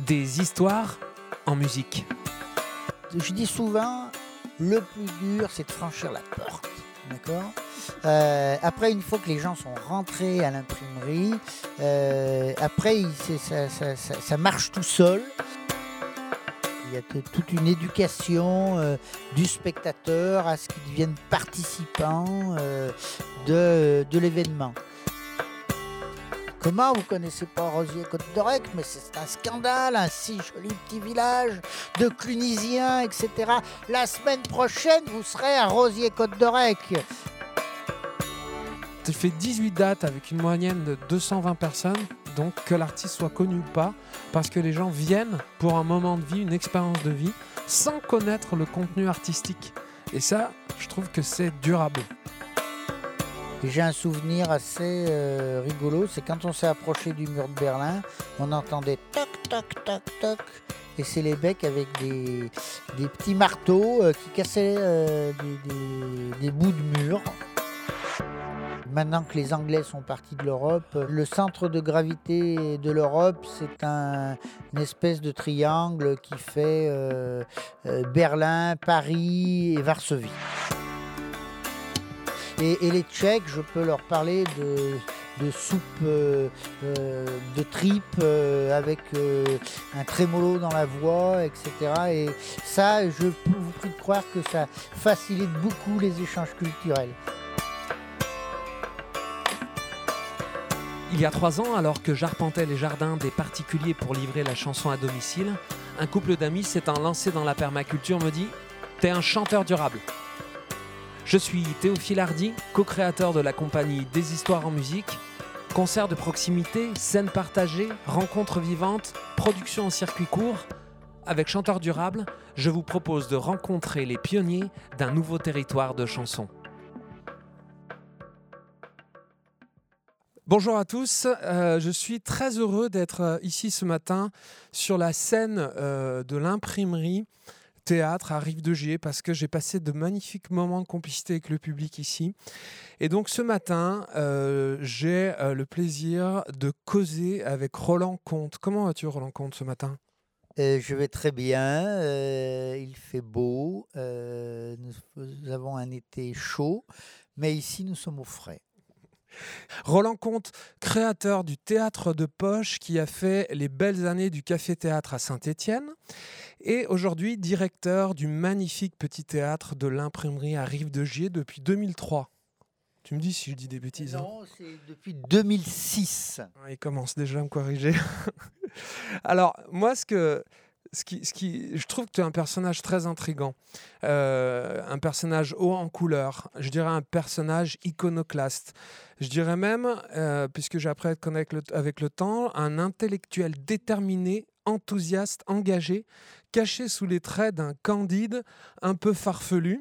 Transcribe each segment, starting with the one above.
Des histoires en musique. Je dis souvent, le plus dur, c'est de franchir la porte. D'accord ? Après, une fois que les gens sont rentrés à l'imprimerie, après, ça marche tout seul. Il y a toute une éducation du spectateur à ce qu'il devienne participant de l'événement. Comment vous connaissez pas Rosiers-Côte-d'Orec? Mais c'est un scandale, un si joli petit village de Clunisiens, etc. La semaine prochaine, vous serez à Rosiers-Côte-d'Orec. Tu fais 18 dates avec une moyenne de 220 personnes, donc que l'artiste soit connu ou pas, parce que les gens viennent pour un moment de vie, une expérience de vie, sans connaître le contenu artistique. Et ça, je trouve que c'est durable. Et j'ai un souvenir assez rigolo, c'est quand on s'est approché du mur de Berlin, on entendait toc, toc, toc, toc, et c'est les becs avec des petits marteaux qui cassaient des bouts de mur. Maintenant que les Anglais sont partis de l'Europe, le centre de gravité de l'Europe, c'est une espèce de triangle qui fait Berlin, Paris et Varsovie. Et les Tchèques, je peux leur parler de soupe de tripes avec un trémolo dans la voix, etc. Et ça, je vous prie de croire que ça facilite beaucoup les échanges culturels. Il y a 3 ans, alors que j'arpentais les jardins des particuliers pour livrer la chanson à domicile, un couple d'amis s'étant lancé dans la permaculture me dit « T'es un chanteur durable ». Je suis Théophile Hardy, co-créateur de la compagnie Des histoires en musique. Concerts de proximité, scènes partagées, rencontres vivantes, production en circuit court. Avec Chanteur Durable, je vous propose de rencontrer les pionniers d'un nouveau territoire de chansons. Bonjour à tous, je suis très heureux d'être ici ce matin sur la scène de l'imprimerie théâtre à Rive-de-Gier parce que j'ai passé de magnifiques moments de complicité avec le public ici. Et donc ce matin, j'ai le plaisir de causer avec Roland Comte. Comment vas-tu Roland Comte ce matin ? Je vais très bien, il fait beau, nous avons un été chaud, mais ici nous sommes au frais. Roland Comte, créateur du théâtre de poche qui a fait les belles années du café-théâtre à Saint-Étienne et aujourd'hui directeur du magnifique petit théâtre de l'imprimerie à Rive-de-Gier depuis 2003. Tu me dis si je dis des bêtises. Non, c'est depuis 2006. Il commence déjà à me corriger. Alors, moi, je trouve que tu es un personnage très intriguant, un personnage haut en couleur, je dirais un personnage iconoclaste, je dirais même, puisque j'ai appris à te connaître avec le temps, un intellectuel déterminé, enthousiaste, engagé, caché sous les traits d'un Candide un peu farfelu.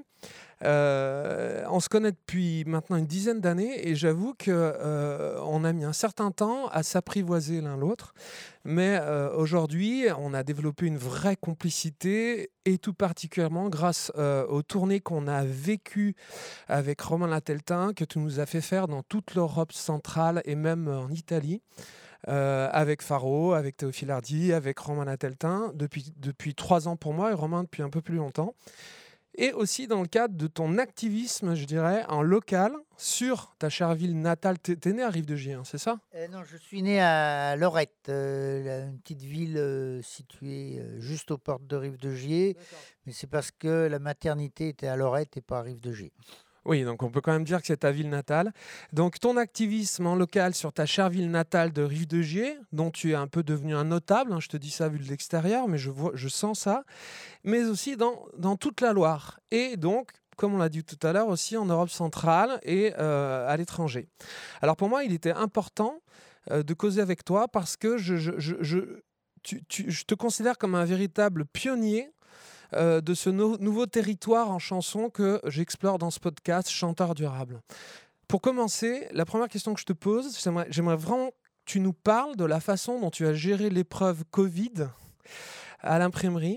On se connaît depuis maintenant une dizaine d'années et j'avoue qu'on a mis un certain temps à s'apprivoiser l'un l'autre. Mais aujourd'hui, on a développé une vraie complicité et tout particulièrement grâce aux tournées qu'on a vécues avec Romain Lateltin, que tu nous as fait faire dans toute l'Europe centrale et même en Italie. Avec Faro, avec Théophile Hardy, avec Romain Lateltin, depuis 3 ans pour moi et Romain depuis un peu plus longtemps. Et aussi dans le cadre de ton activisme, je dirais, en local, sur ta chère ville natale. T'es né à Rive-de-Gier, hein, c'est ça ? Non, je suis né à Lorette, une petite ville située juste aux portes de Rive-de-Gier. D'accord. Mais c'est parce que la maternité était à Lorette et pas à Rive-de-Gier. Oui, donc on peut quand même dire que c'est ta ville natale. Donc ton activisme en local sur ta chère ville natale de Rive-de-Gier, dont tu es un peu devenu un notable, hein, je te dis ça vu de l'extérieur, mais je sens ça, mais aussi dans toute la Loire. Et donc, comme on l'a dit tout à l'heure, aussi en Europe centrale et à l'étranger. Alors pour moi, il était important de causer avec toi parce que je te considère comme un véritable pionnier de ce nouveau territoire en chanson que j'explore dans ce podcast Chanteur Durable. Pour commencer, la première question que je te pose, j'aimerais vraiment que tu nous parles de la façon dont tu as géré l'épreuve Covid à l'imprimerie,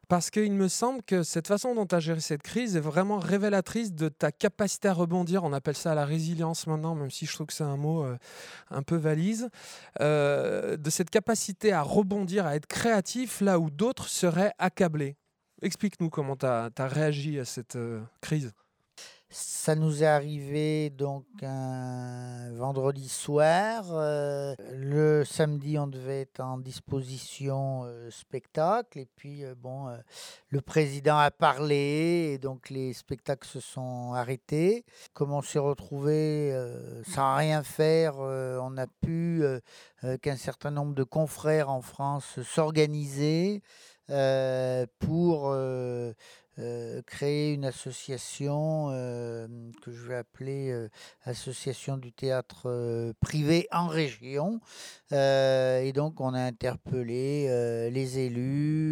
parce qu'il me semble que cette façon dont tu as géré cette crise est vraiment révélatrice de ta capacité à rebondir. On appelle ça la résilience maintenant, même si je trouve que c'est un mot un peu valise. De cette capacité à rebondir, à être créatif là où d'autres seraient accablés. Explique-nous comment tu as réagi à cette crise. Ça nous est arrivé donc un vendredi soir. Le samedi, on devait être en disposition spectacle. Et puis, le président a parlé et donc les spectacles se sont arrêtés. Comme on s'est retrouvés sans rien faire, on a pu, qu'un certain nombre de confrères en France, s'organiser pour créer une association que je vais appeler Association du théâtre privé en région. Et donc, on a interpellé les élus,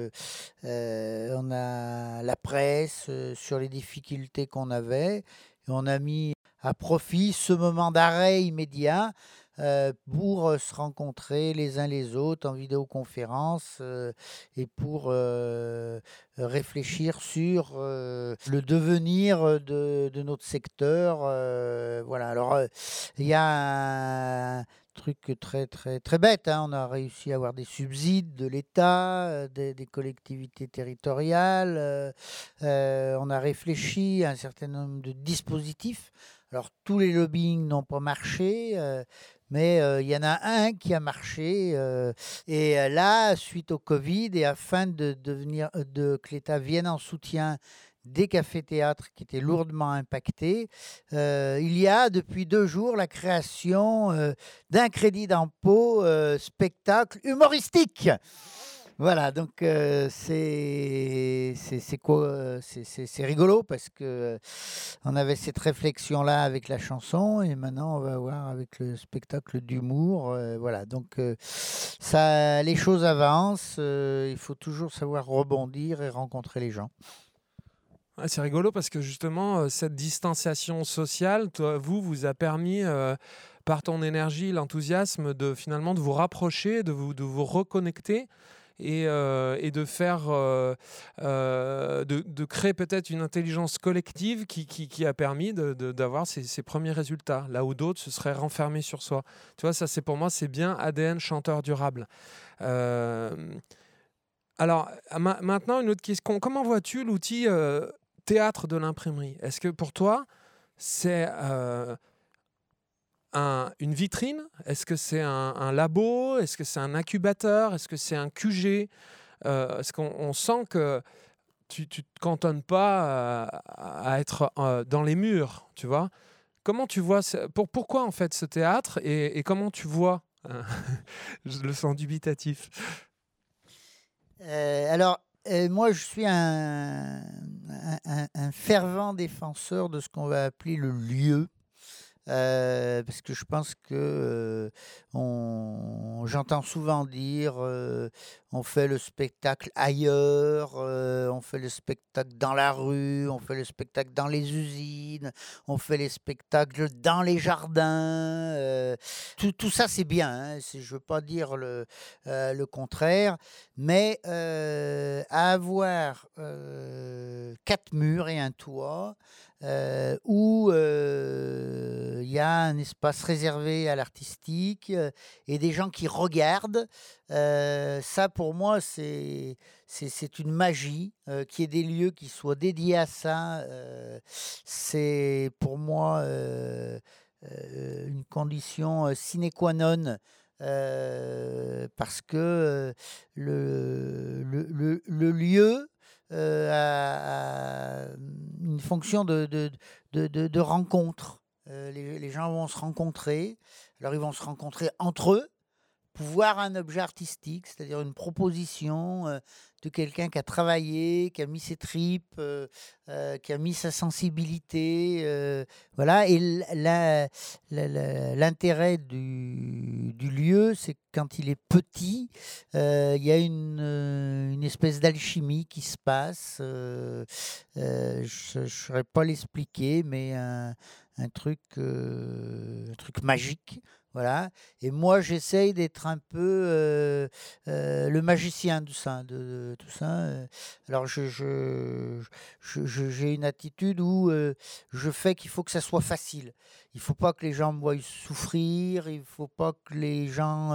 on a la presse sur les difficultés qu'on avait. Et on a mis à profit ce moment d'arrêt immédiat pour se rencontrer les uns les autres en vidéoconférence et pour réfléchir sur le devenir de notre secteur. Voilà. Alors, il y a un truc très, très, très bête, hein. On a réussi à avoir des subsides de l'État, des collectivités territoriales. On a réfléchi à un certain nombre de dispositifs. Alors, tous les lobbying n'ont pas marché, mais il y en a un qui a marché. Et là, suite au Covid, et afin que l'État vienne en soutien des cafés-théâtres qui étaient lourdement impactés, il y a depuis 2 jours la création d'un crédit d'impôt spectacle humoristique. Voilà, donc c'est rigolo parce que on avait cette réflexion-là avec la chanson et maintenant on va voir avec le spectacle d'humour. Voilà, donc les choses avancent. Il faut toujours savoir rebondir et rencontrer les gens. Ouais, c'est rigolo parce que justement, cette distanciation sociale, vous a permis, par ton énergie, l'enthousiasme, finalement de vous rapprocher, de vous reconnecter et de faire, de créer peut-être une intelligence collective qui a permis d'avoir ces premiers résultats, là où d'autres se seraient renfermés sur soi. Tu vois, ça, pour moi, c'est bien ADN chanteur durable. Alors, maintenant, une autre question. Comment vois-tu l'outil théâtre de l'imprimerie? Est-ce que pour toi, c'est une vitrine? Est-ce que c'est un labo? Est-ce que c'est un incubateur? Est-ce que c'est un QG? Est-ce qu'on sent que tu ne te cantonnes pas à être dans les murs, tu vois? Comment tu vois pourquoi en fait ce théâtre et comment tu vois je le sens dubitatif. Alors, moi, je suis un fervent défenseur de ce qu'on va appeler le lieu. Parce que je pense que j'entends souvent dire on fait le spectacle ailleurs, on fait le spectacle dans la rue, on fait le spectacle dans les usines, on fait les spectacles dans les jardins. Tout ça, c'est bien, hein, je ne veux pas dire le contraire, mais avoir 4 murs et un toit, où il y a un espace réservé à l'artistique et des gens qui regardent. Ça, pour moi, c'est une magie. Qu'il y ait des lieux qui soient dédiés à ça, c'est pour moi une condition sine qua non. Parce que le lieu a une fonction de rencontre. Les gens vont se rencontrer. Alors, ils vont se rencontrer entre eux pour voir un objet artistique, c'est-à-dire une proposition de quelqu'un qui a travaillé, qui a mis ses tripes, qui a mis sa sensibilité. Voilà. Et l'intérêt du lieu, c'est que quand il est petit, il y a une espèce d'alchimie qui se passe. Je ne saurais pas l'expliquer, mais un truc magique. Voilà. Et moi, j'essaye d'être un peu le magicien de ça, de tout ça. Alors, j'ai une attitude où je fais qu'il faut que ça soit facile. Il faut pas que les gens me voient souffrir. Il faut pas que les gens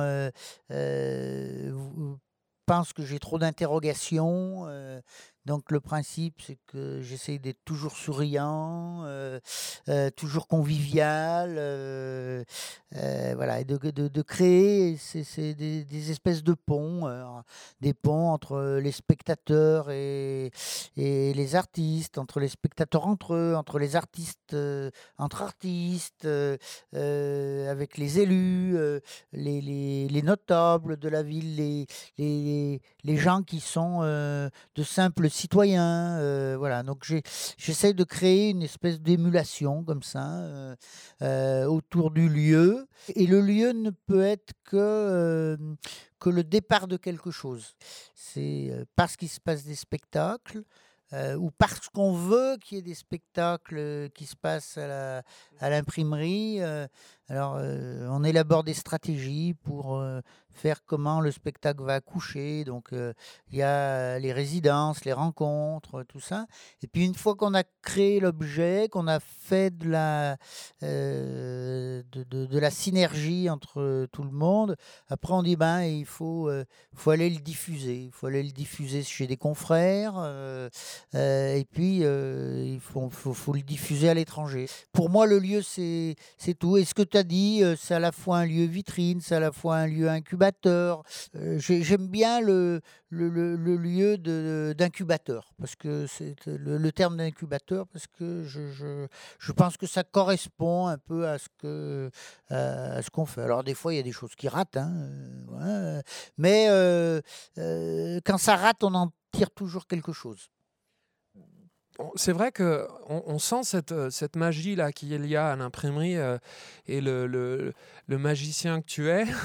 pensent que j'ai trop d'interrogations. Donc le principe, c'est que j'essaye d'être toujours souriant, toujours convivial, voilà, et de créer des espèces de ponts, des ponts entre les spectateurs et les artistes, entre les spectateurs entre eux, entre les artistes, entre artistes, avec les élus, les notables de la ville, les gens qui sont de simples citoyens. Voilà, donc j'essaie de créer une espèce d'émulation comme ça autour du lieu. Et le lieu ne peut être que le départ de quelque chose. C'est parce qu'il se passe des spectacles. Ou parce qu'on veut qu'il y ait des spectacles qui se passent à l'imprimerie. Alors, on élabore des stratégies pour faire comment le spectacle va accoucher. Donc, il y a les résidences, les rencontres, tout ça. Et puis, une fois qu'on a créé l'objet, qu'on a fait de la synergie entre tout le monde, après, on dit, ben, faut aller le diffuser. Il faut aller le diffuser chez des confrères. Et puis, faut le diffuser à l'étranger. Pour moi, le lieu, c'est tout. Et ce que tu as dit, c'est à la fois un lieu vitrine, c'est à la fois un lieu incubateur. J'aime bien le lieu d'incubateur, parce que c'est le terme d'incubateur, parce que je pense que ça correspond un peu à ce qu'on fait. Alors, des fois, il y a des choses qui ratent, hein, ouais, mais quand ça rate, on en tire toujours quelque chose. C'est vrai qu'on sent cette magie-là qu'il y a à l'imprimerie et le magicien que tu es.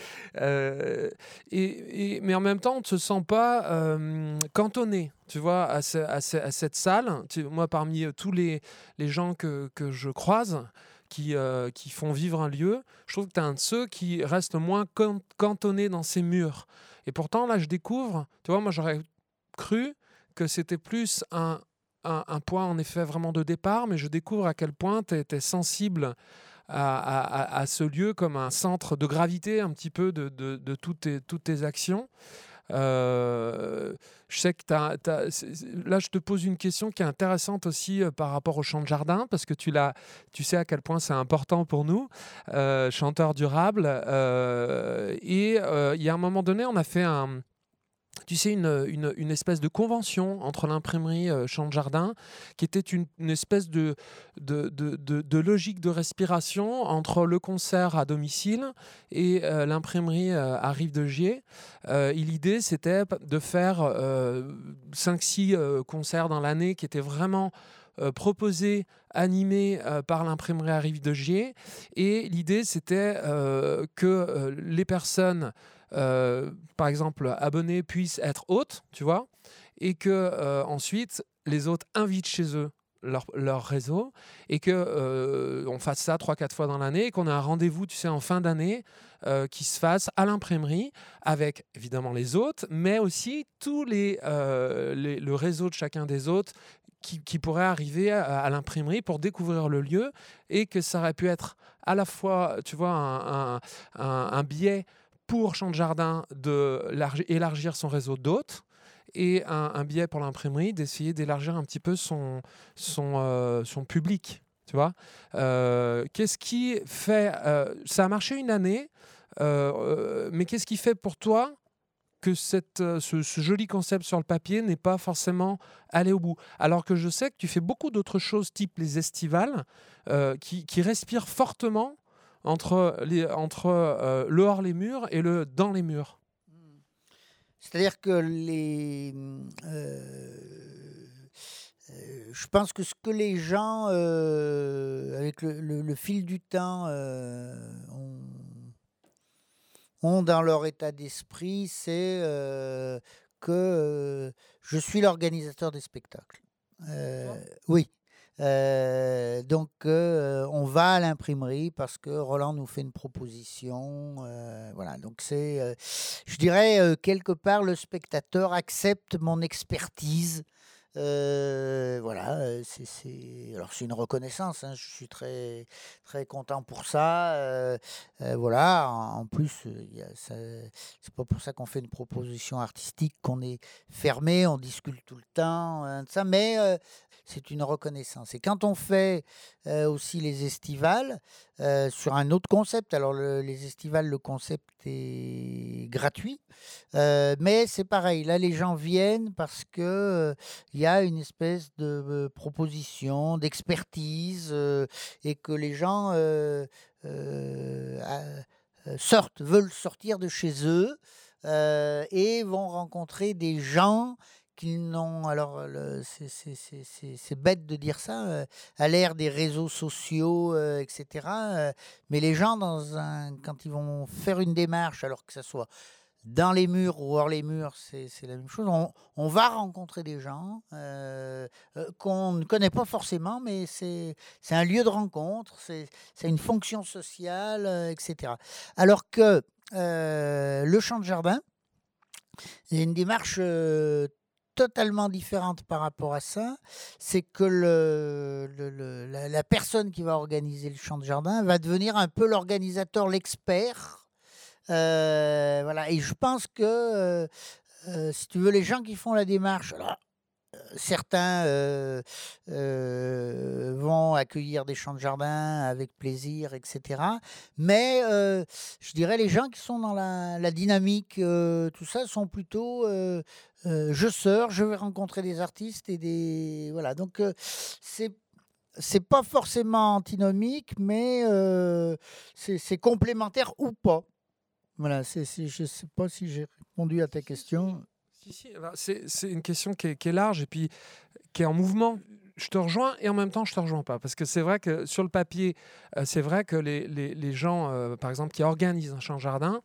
Mais en même temps, on ne se sent pas cantonné, tu vois, à cette salle. Moi, parmi tous les gens que je croise, qui font vivre un lieu, je trouve que tu es un de ceux qui reste moins cantonné dans ses murs. Et pourtant, là, je découvre, tu vois, moi, j'aurais cru que c'était plus un point en effet vraiment de départ, mais je découvre à quel point tu étais sensible à ce lieu comme un centre de gravité un petit peu de toutes tes actions. Je sais que là, je te pose une question qui est intéressante aussi par rapport au chant de jardin, parce que tu sais à quel point c'est important pour nous, chanteur durable. Et il y a un moment donné, on a fait tu sais, une espèce de convention entre l'imprimerie Champ de Jardin, qui était une espèce de logique de respiration entre le concert à domicile et l'imprimerie à Rive-de-Gier. Et l'idée, c'était de faire 5-6 concerts dans l'année qui étaient vraiment proposés, animés par l'imprimerie à Rive-de-Gier. Et l'idée, c'était que les personnes par exemple, abonnés puissent être hôtes, tu vois, et que ensuite les hôtes invitent chez eux leur réseau, et que on fasse ça 3-4 fois dans l'année, et qu'on ait un rendez-vous, tu sais, en fin d'année qui se fasse à l'imprimerie avec évidemment les hôtes, mais aussi le réseau de chacun des hôtes qui pourrait arriver à l'imprimerie pour découvrir le lieu, et que ça aurait pu être à la fois, tu vois, un biais pour Champ de Jardin d'élargir son réseau d'hôtes, et un biais pour l'imprimerie d'essayer d'élargir un petit peu son public. Tu vois, qu'est-ce qui fait ça a marché une année, mais qu'est-ce qui fait pour toi que ce joli concept sur le papier n'est pas forcément allé au bout, alors que je sais que tu fais beaucoup d'autres choses type les estivales qui respirent fortement entre le hors les murs et le dans les murs. C'est-à-dire que je pense que ce que les gens, avec le fil du temps, ont dans leur état d'esprit, c'est que je suis l'organisateur des spectacles. Oui. Donc, on va à l'imprimerie parce que Roland nous fait une proposition. Voilà, donc je dirais, quelque part, le spectateur accepte mon expertise. Voilà, alors c'est une reconnaissance, hein, je suis très, très content pour ça. Voilà, en plus, c'est pas pour ça qu'on fait une proposition artistique, qu'on est fermé, on discute tout le temps, de ça, mais c'est une reconnaissance. Et quand on fait aussi les estivales, sur un autre concept, alors les estivales, le concept est gratuit, mais c'est pareil, là les gens viennent parce que il y a une espèce de proposition, d'expertise, et que les gens veulent sortir de chez eux, et vont rencontrer des gens qu'ils n'ont. Alors, c'est bête de dire ça, à l'ère des réseaux sociaux, etc. Mais les gens, quand ils vont faire une démarche, alors que ça soit dans les murs ou hors les murs, c'est la même chose. On va rencontrer des gens qu'on ne connaît pas forcément, mais c'est un lieu de rencontre, c'est une fonction sociale, etc. Alors que le champ de jardin, il y a une démarche totalement différente par rapport à ça. C'est que la personne qui va organiser le champ de jardin va devenir un peu l'organisateur, l'expert. Voilà, et je pense que, si tu veux, les gens qui font la démarche, alors, certains vont accueillir des champs de jardin avec plaisir, etc. Mais je dirais les gens qui sont dans la dynamique, tout ça, sont plutôt je sors, je vais rencontrer des artistes et des. Voilà, donc c'est pas forcément antinomique, mais c'est complémentaire ou pas. Voilà, je ne sais pas si j'ai répondu à ta question. Si, c'est une question qui est large et puis qui est en mouvement. Je te rejoins et en même temps, je ne te rejoins pas. Parce que c'est vrai que sur le papier, c'est vrai que les gens, par exemple, qui organisent un champ jardin,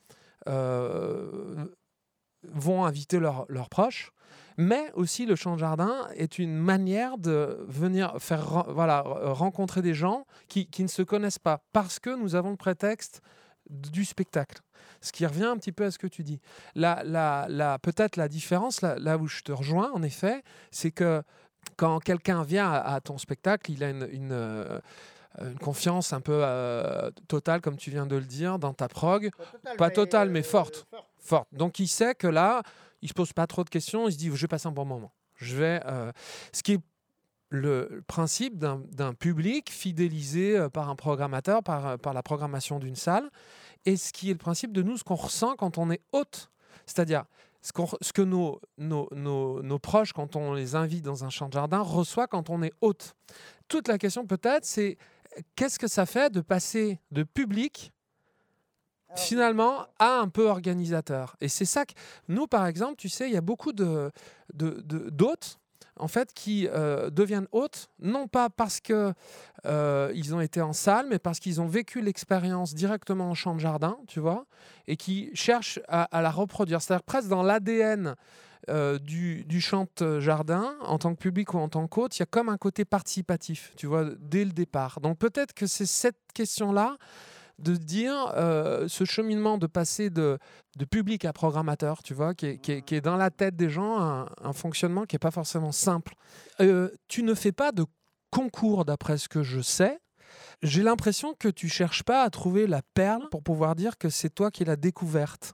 vont inviter leurs proches. Mais aussi, le champ de jardin est une manière de venir rencontrer des gens qui ne se connaissent pas. Parce que nous avons le prétexte du spectacle. Ce qui revient un petit peu à ce que tu dis. Peut-être la différence, là où je te rejoins, en effet, c'est que quand quelqu'un vient à ton spectacle, il a une confiance un peu totale, comme tu viens de le dire, dans ta prog. Pas totale, mais forte. Forte. Donc il sait que là, il ne se pose pas trop de questions, il se dit, je vais passer un bon moment. Ce qui est le principe d'un public fidélisé par un programmateur, par la programmation d'une salle, et ce qui est le principe de nous, ce qu'on ressent quand on est hôte. C'est-à-dire ce que nos proches, quand on les invite dans un champ de jardin, reçoit quand on est hôte. Toute la question peut-être, c'est qu'est-ce que ça fait de passer de public finalement à un peu organisateur. Et c'est ça que nous, par exemple, tu sais, il y a beaucoup d'hôtes en fait, qui deviennent hôtes, non pas parce qu'ils ont été en salle, mais parce qu'ils ont vécu l'expérience directement en champ de jardin, tu vois, et qui cherchent à la reproduire. C'est-à-dire presque dans l'ADN du champ de jardin, en tant que public ou en tant qu'hôte, il y a comme un côté participatif, tu vois, dès le départ. Donc peut-être que c'est cette question-là de dire ce cheminement de passer de public à programmateur, tu vois, qui est dans la tête des gens, un fonctionnement qui n'est pas forcément simple. Tu ne fais pas de concours, d'après ce que je sais. J'ai l'impression que tu cherches pas à trouver la perle pour pouvoir dire que c'est toi qui l'as découverte.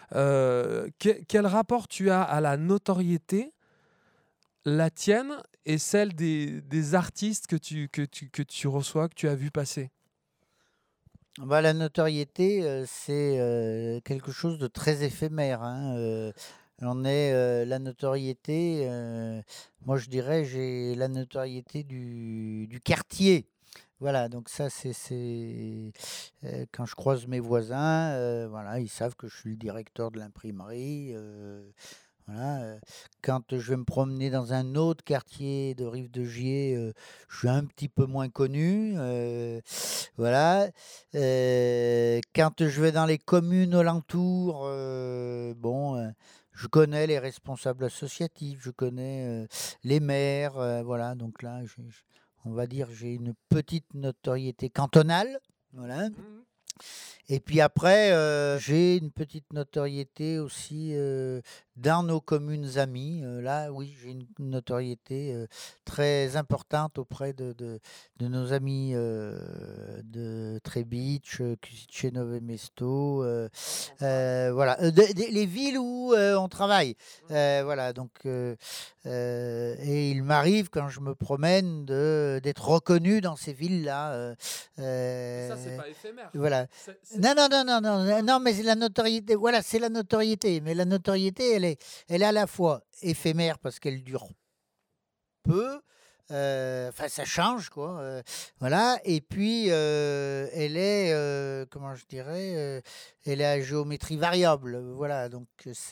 Quel rapport tu as à la notoriété, la tienne et celle des artistes que tu reçois, que tu as vu passer? La notoriété, c'est quelque chose de très éphémère, hein. La notoriété, moi je dirais, j'ai la notoriété du quartier. Voilà, donc ça, quand je croise mes voisins, voilà, ils savent que je suis le directeur de l'imprimerie. Voilà, quand je vais me promener dans un autre quartier de Rive-de-Gier, je suis un petit peu moins connu. Voilà. Quand je vais dans les communes alentours, je connais les responsables associatifs, je connais les maires. Voilà, donc là, on va dire, j'ai une petite notoriété cantonale. Voilà. Et puis après, j'ai une petite notoriété aussi dans nos communes amies. Là, oui, j'ai une notoriété très importante auprès de nos amis de Trebitsch, Kusice Nove Mesto, voilà, les villes où on travaille. Voilà, donc, et il m'arrive quand je me promène d'être reconnu dans ces villes-là. Mais ça, c'est pas éphémère. Voilà. Non, mais c'est la notoriété. Voilà, c'est la notoriété. Mais la notoriété, elle est à la fois éphémère parce qu'elle dure peu. Enfin, ça change, quoi. Voilà. Et puis, elle est, comment je dirais, elle est à géométrie variable. Voilà. Donc,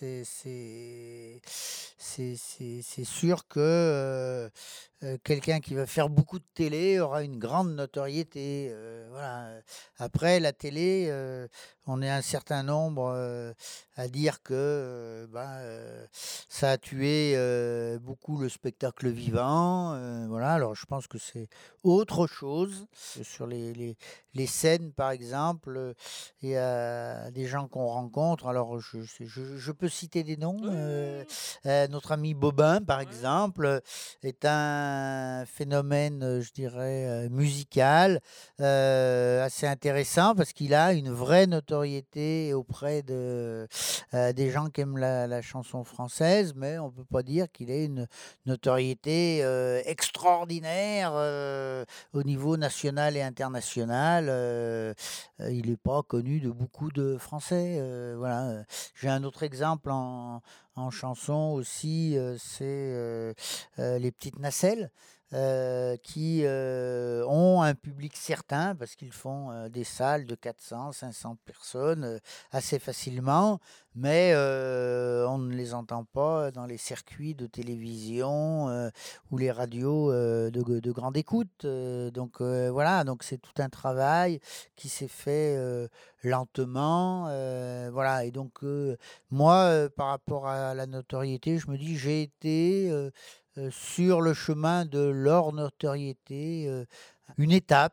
c'est sûr que quelqu'un qui va faire beaucoup de télé aura une grande notoriété. Voilà. Après, la télé, on est un certain nombre à dire que ça a tué beaucoup le spectacle vivant. Voilà. Alors, je pense que c'est autre chose. Sur les scènes, par exemple, il y a des gens qu'on rencontre. Alors, je peux citer des noms. Notre ami Bobin, par exemple, est un phénomène, je dirais, musical assez intéressant parce qu'il a une vraie notoriété auprès des gens qui aiment la chanson française, mais on ne peut pas dire qu'il ait une notoriété extraordinaire au niveau national et international. Il n'est pas connu de beaucoup de Français. Voilà. J'ai un autre exemple en chanson aussi, c'est les petites nacelles. Qui ont un public certain parce qu'ils font des salles de 400, 500 personnes assez facilement, mais on ne les entend pas dans les circuits de télévision ou les radios de grande écoute. Donc voilà, donc c'est tout un travail qui s'est fait lentement. Voilà, et donc moi, par rapport à la notoriété, je me dis, j'ai été sur le chemin de leur notoriété, une étape,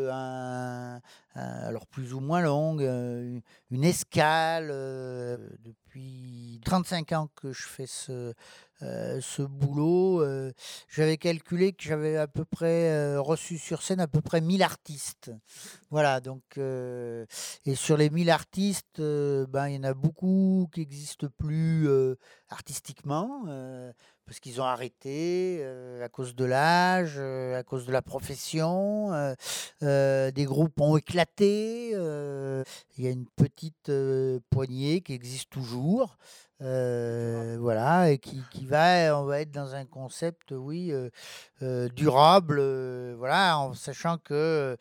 alors plus ou moins longue, une escale. Depuis 35 ans que je fais ce boulot, j'avais calculé que j'avais à peu près reçu sur scène à peu près 1000 artistes. Voilà, donc, et sur les 1000 artistes, ben, il y en a beaucoup qui n'existent plus artistiquement. Parce qu'ils ont arrêté à cause de l'âge, à cause de la profession. Des groupes ont éclaté. Il y a une petite poignée qui existe toujours. Voilà, et on va être dans un concept, oui, durable, voilà, en sachant que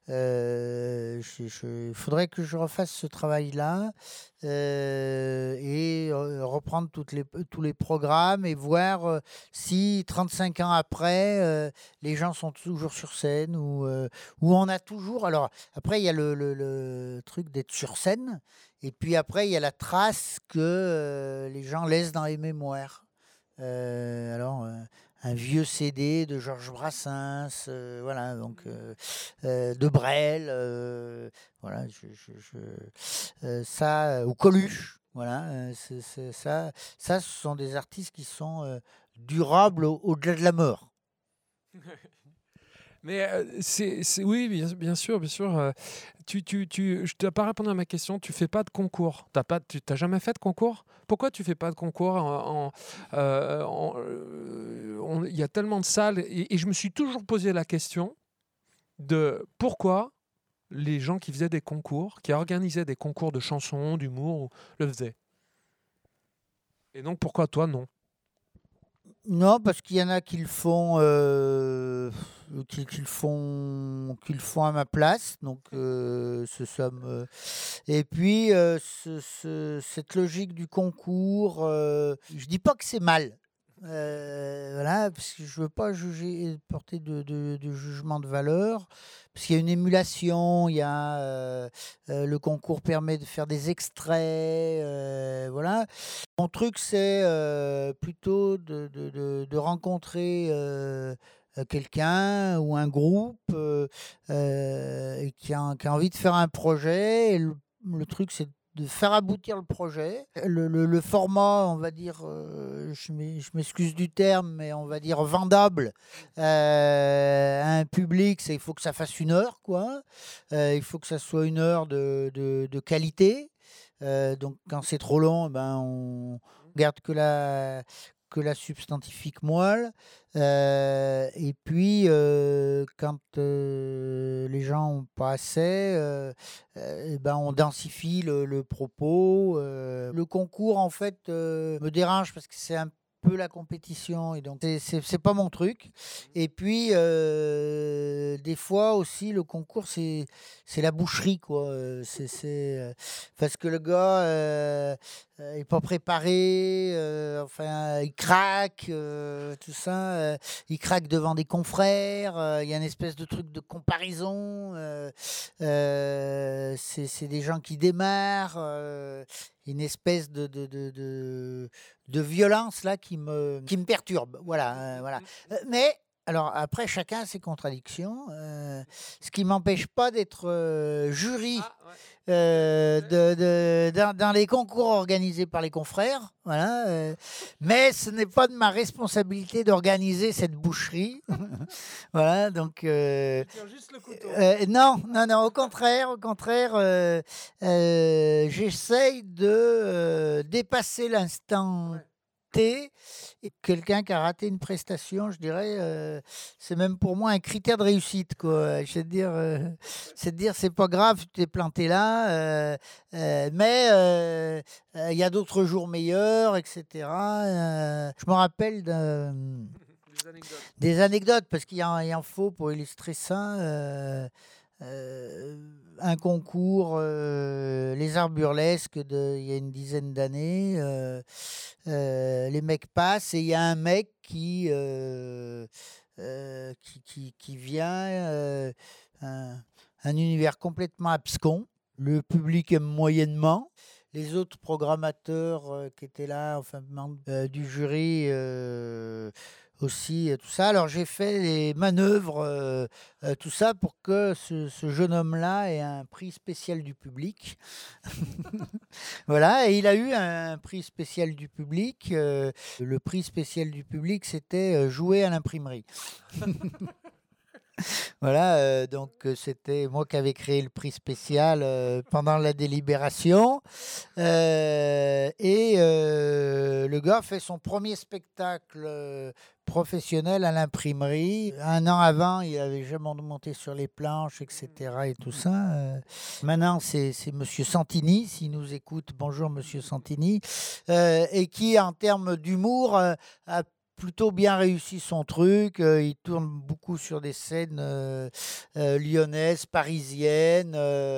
il faudrait que je refasse ce travail-là et reprendre tous les programmes et voir si 35 ans après, les gens sont toujours sur scène ou on a toujours. Alors, après, il y a le truc d'être sur scène. Et puis après, il y a la trace que les gens laissent dans les mémoires. Alors, un vieux CD de Georges Brassens, voilà, donc de Brel, voilà, ça, ou Coluche, voilà, ça, ce sont des artistes qui sont durables au-delà de la mort. Mais oui, bien sûr, bien sûr. Je t'ai pas répondu à ma question. Tu fais pas de concours. Tu n'as jamais fait de concours? Pourquoi tu fais pas de concours il y a tellement de salles et je me suis toujours posé la question de pourquoi les gens qui faisaient des concours, qui organisaient des concours de chansons, d'humour, le faisaient. Et donc pourquoi toi non? Non, parce qu'il y en a qui le font, qui le font à ma place. Donc, et puis, cette logique du concours, je dis pas que c'est mal. Voilà, parce que je veux pas porter de jugement de valeur, parce qu'il y a une émulation, il y a le concours permet de faire des extraits, voilà. Mon truc, c'est plutôt de rencontrer quelqu'un ou un groupe et qui a envie de faire un projet. Et le truc, c'est de faire aboutir le projet. Le format, on va dire, je m'excuse du terme, mais on va dire vendable à un public, c'est il faut que ça fasse 1 heure, quoi. Il faut que ça soit 1 heure de qualité. Donc quand c'est trop long, ben, on garde que la substantifique moelle. Et puis, quand les gens n'ont pas assez, eh ben, on densifie le propos. Le concours, en fait, me dérange parce que c'est un peu la compétition et donc c'est pas mon truc. Et puis, des fois aussi, le concours, c'est la boucherie, quoi. Parce que le gars est pas préparé, enfin, il craque, tout ça. Il craque devant des confrères. Il y a une espèce de truc de comparaison. C'est des gens qui démarrent. Une espèce de violence là qui me perturbe. Voilà, voilà. Mais alors après, chacun a ses contradictions. Ce qui m'empêche pas d'être jury dans les concours organisés par les confrères. Voilà, mais ce n'est pas de ma responsabilité d'organiser cette boucherie. Voilà, donc juste le couteau. non, non, non, au contraire, j'essaye de dépasser l'instant T. Et quelqu'un qui a raté une prestation, je dirais, c'est même pour moi un critère de réussite, quoi. C'est de dire, c'est pas grave, tu t'es planté là, mais il y a d'autres jours meilleurs, etc. Je me rappelle des anecdotes, parce qu'il y en faut pour illustrer ça. Un concours, les arts burlesques, il y a une dizaine d'années. Les mecs passent et il y a un mec qui vient, un univers complètement abscon. Le public aime moyennement. Les autres programmateurs qui étaient là, enfin, membres du jury aussi, tout ça. Alors j'ai fait les manœuvres, tout ça pour que ce jeune homme-là ait un prix spécial du public. Voilà, et il a eu un prix spécial du public. Le prix spécial du public, c'était jouer à l'imprimerie. Voilà, donc c'était moi qui avais créé le prix spécial pendant la délibération. Et le gars fait son premier spectacle professionnel à l'imprimerie. 1 an avant, il avait jamais monté sur les planches, etc. et tout ça. Maintenant, c'est Monsieur Santini, s'il nous écoute. Bonjour Monsieur Santini. Et qui, en termes d'humour, a plutôt bien réussi son truc. Il tourne beaucoup sur des scènes lyonnaises, parisiennes.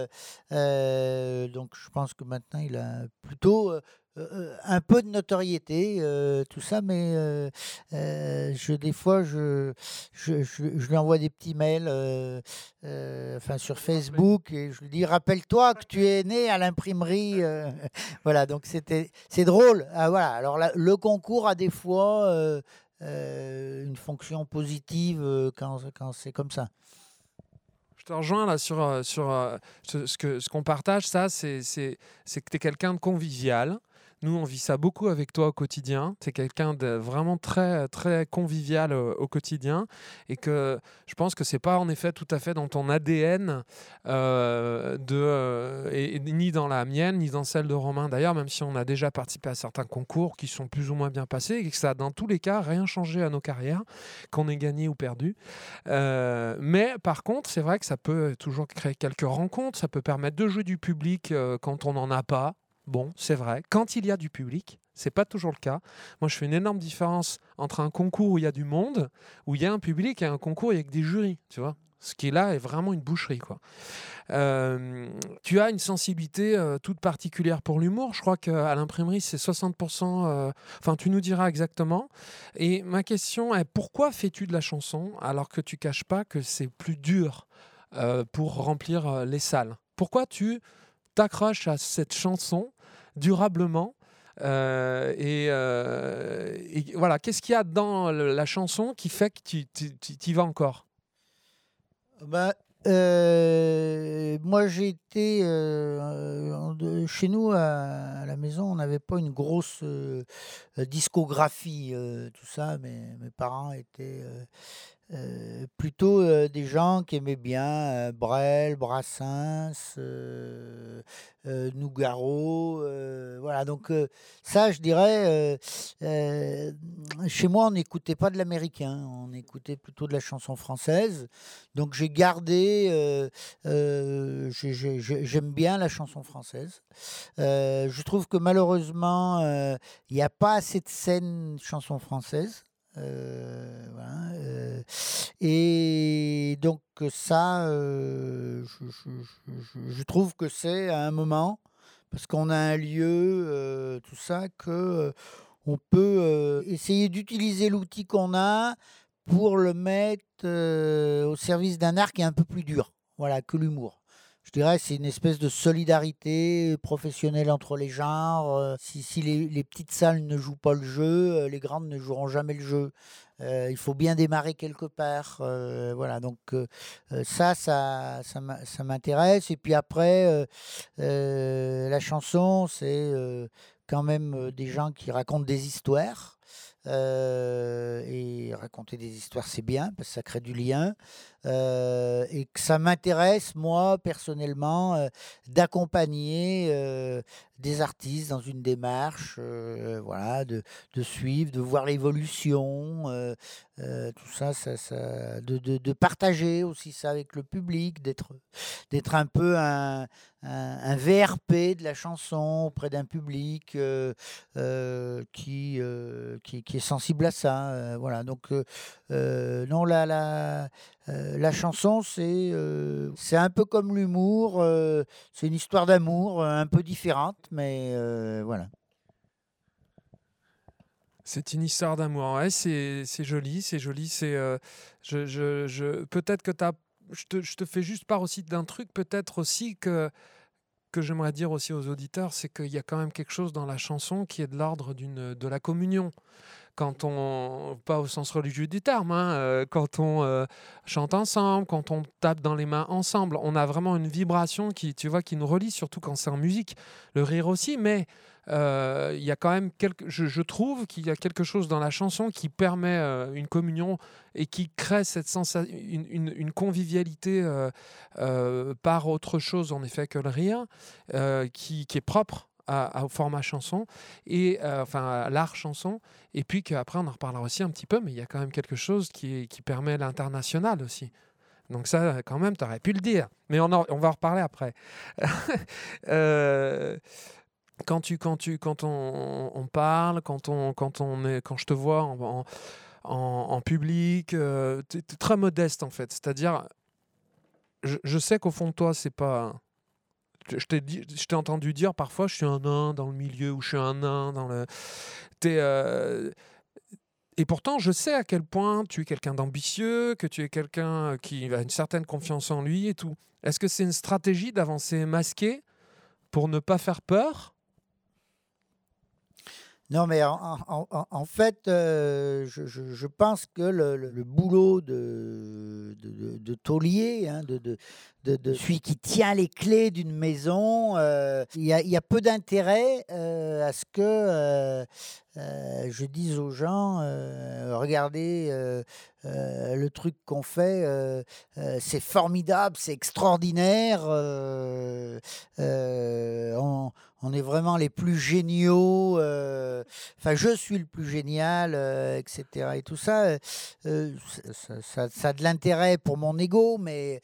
Donc je pense que maintenant il a plutôt un peu de notoriété, tout ça, mais des fois je lui envoie des petits mails enfin, sur Facebook et je lui dis rappelle-toi que tu es né à l'imprimerie. Voilà, donc c'est drôle. Ah, voilà. Alors le concours a des fois une fonction positive quand c'est comme ça. Je te rejoins là sur ce qu'on partage, ça, c'est que tu es quelqu'un de convivial. Nous, on vit ça beaucoup avec toi au quotidien. Tu es quelqu'un de vraiment très, très convivial au quotidien et que je pense que c'est pas en effet tout à fait dans ton ADN ni dans la mienne, ni dans celle de Romain. D'ailleurs, même si on a déjà participé à certains concours qui sont plus ou moins bien passés et que ça a dans tous les cas rien changé à nos carrières, qu'on ait gagné ou perdu. Mais par contre, c'est vrai que ça peut toujours créer quelques rencontres, ça peut permettre de jouer du public quand on n'en a pas. Bon, c'est vrai. Quand il y a du public, c'est pas toujours le cas. Moi, je fais une énorme différence entre un concours où il y a du monde, où il y a un public, et un concours où il y a que des jurys, tu vois. Ce qui là est vraiment une boucherie, quoi. Tu as une sensibilité toute particulière pour l'humour. Je crois qu'à l'imprimerie, c'est 60%. Enfin, tu nous diras exactement. Et ma question est, pourquoi fais-tu de la chanson alors que tu caches pas que c'est plus dur pour remplir les salles? Pourquoi tu t'accroches à cette chanson durablement Et voilà, qu'est-ce qu'il y a dans la chanson qui fait que tu y vas encore? Bah, moi, j'ai été chez nous à la maison, on n'avait pas une grosse discographie, tout ça. Mes parents étaient plutôt des gens qui aimaient bien Brel, Brassens, Nougaro. Voilà, donc ça, je dirais, chez moi, on n'écoutait pas de l'américain, on écoutait plutôt de la chanson française. Donc j'ai gardé, j'aime bien la chanson française. Je trouve que malheureusement, il n'y a pas assez de scènes chansons françaises. Voilà, et donc ça, je trouve que c'est à un moment, parce qu'on a un lieu, tout ça, que on peut essayer d'utiliser l'outil qu'on a pour le mettre au service d'un art qui est un peu plus dur, voilà, que l'humour. Je dirais c'est une espèce de solidarité professionnelle entre les genres. Si les petites salles ne jouent pas le jeu, les grandes ne joueront jamais le jeu. Il faut bien démarrer quelque part. Voilà, donc ça m'intéresse. Et puis après, la chanson, c'est quand même des gens qui racontent des histoires. Et raconter des histoires, c'est bien, parce que ça crée du lien. Et que ça m'intéresse, moi, personnellement, d'accompagner des artistes dans une démarche, voilà, de suivre, de voir l'évolution, tout ça, de partager aussi ça avec le public, d'être un peu un VRP de la chanson auprès d'un public qui est sensible à ça. Voilà, donc non, la chanson, c'est un peu comme l'humour, c'est une histoire d'amour un peu différente, mais voilà. C'est une histoire d'amour. Ouais, c'est joli, c'est joli. Peut-être que je te fais juste part aussi d'un truc, peut-être aussi que j'aimerais dire aussi aux auditeurs, c'est qu'il y a quand même quelque chose dans la chanson qui est de l'ordre de la communion. Quand on, pas au sens religieux du terme, hein, quand on chante ensemble, quand on tape dans les mains ensemble, on a vraiment une vibration qui, tu vois, qui nous relie, surtout quand c'est en musique. Le rire aussi, mais il y a quand même je trouve qu'il y a quelque chose dans la chanson qui permet une communion et qui crée cette une convivialité par autre chose en effet que le rire, qui est propre au format chanson et enfin à l'art chanson, et puis qu'après on en reparlera aussi un petit peu, mais il y a quand même quelque chose qui permet l'international aussi. Donc ça, quand même, tu aurais pu le dire. Mais on va en reparler après. euh, quand on parle, quand je te vois en public, tu es très modeste en fait. C'est-à-dire, je sais qu'au fond de toi, c'est pas. Je t'ai entendu dire parfois, je suis un nain dans le milieu, ou je suis un nain dans le. T'es, et pourtant, je sais à quel point tu es quelqu'un d'ambitieux, que tu es quelqu'un qui a une certaine confiance en lui et tout. Est-ce que c'est une stratégie d'avancer masqué pour ne pas faire peur? Non, mais en fait, je pense que le boulot de taulier, hein, de celui qui tient les clés d'une maison, il y a peu d'intérêt à ce que je dise aux gens, regardez le truc qu'on fait, c'est formidable, c'est extraordinaire, on est vraiment les plus géniaux, enfin je suis le plus génial, etc. Et tout ça, ça a de l'intérêt pour mon ego, mais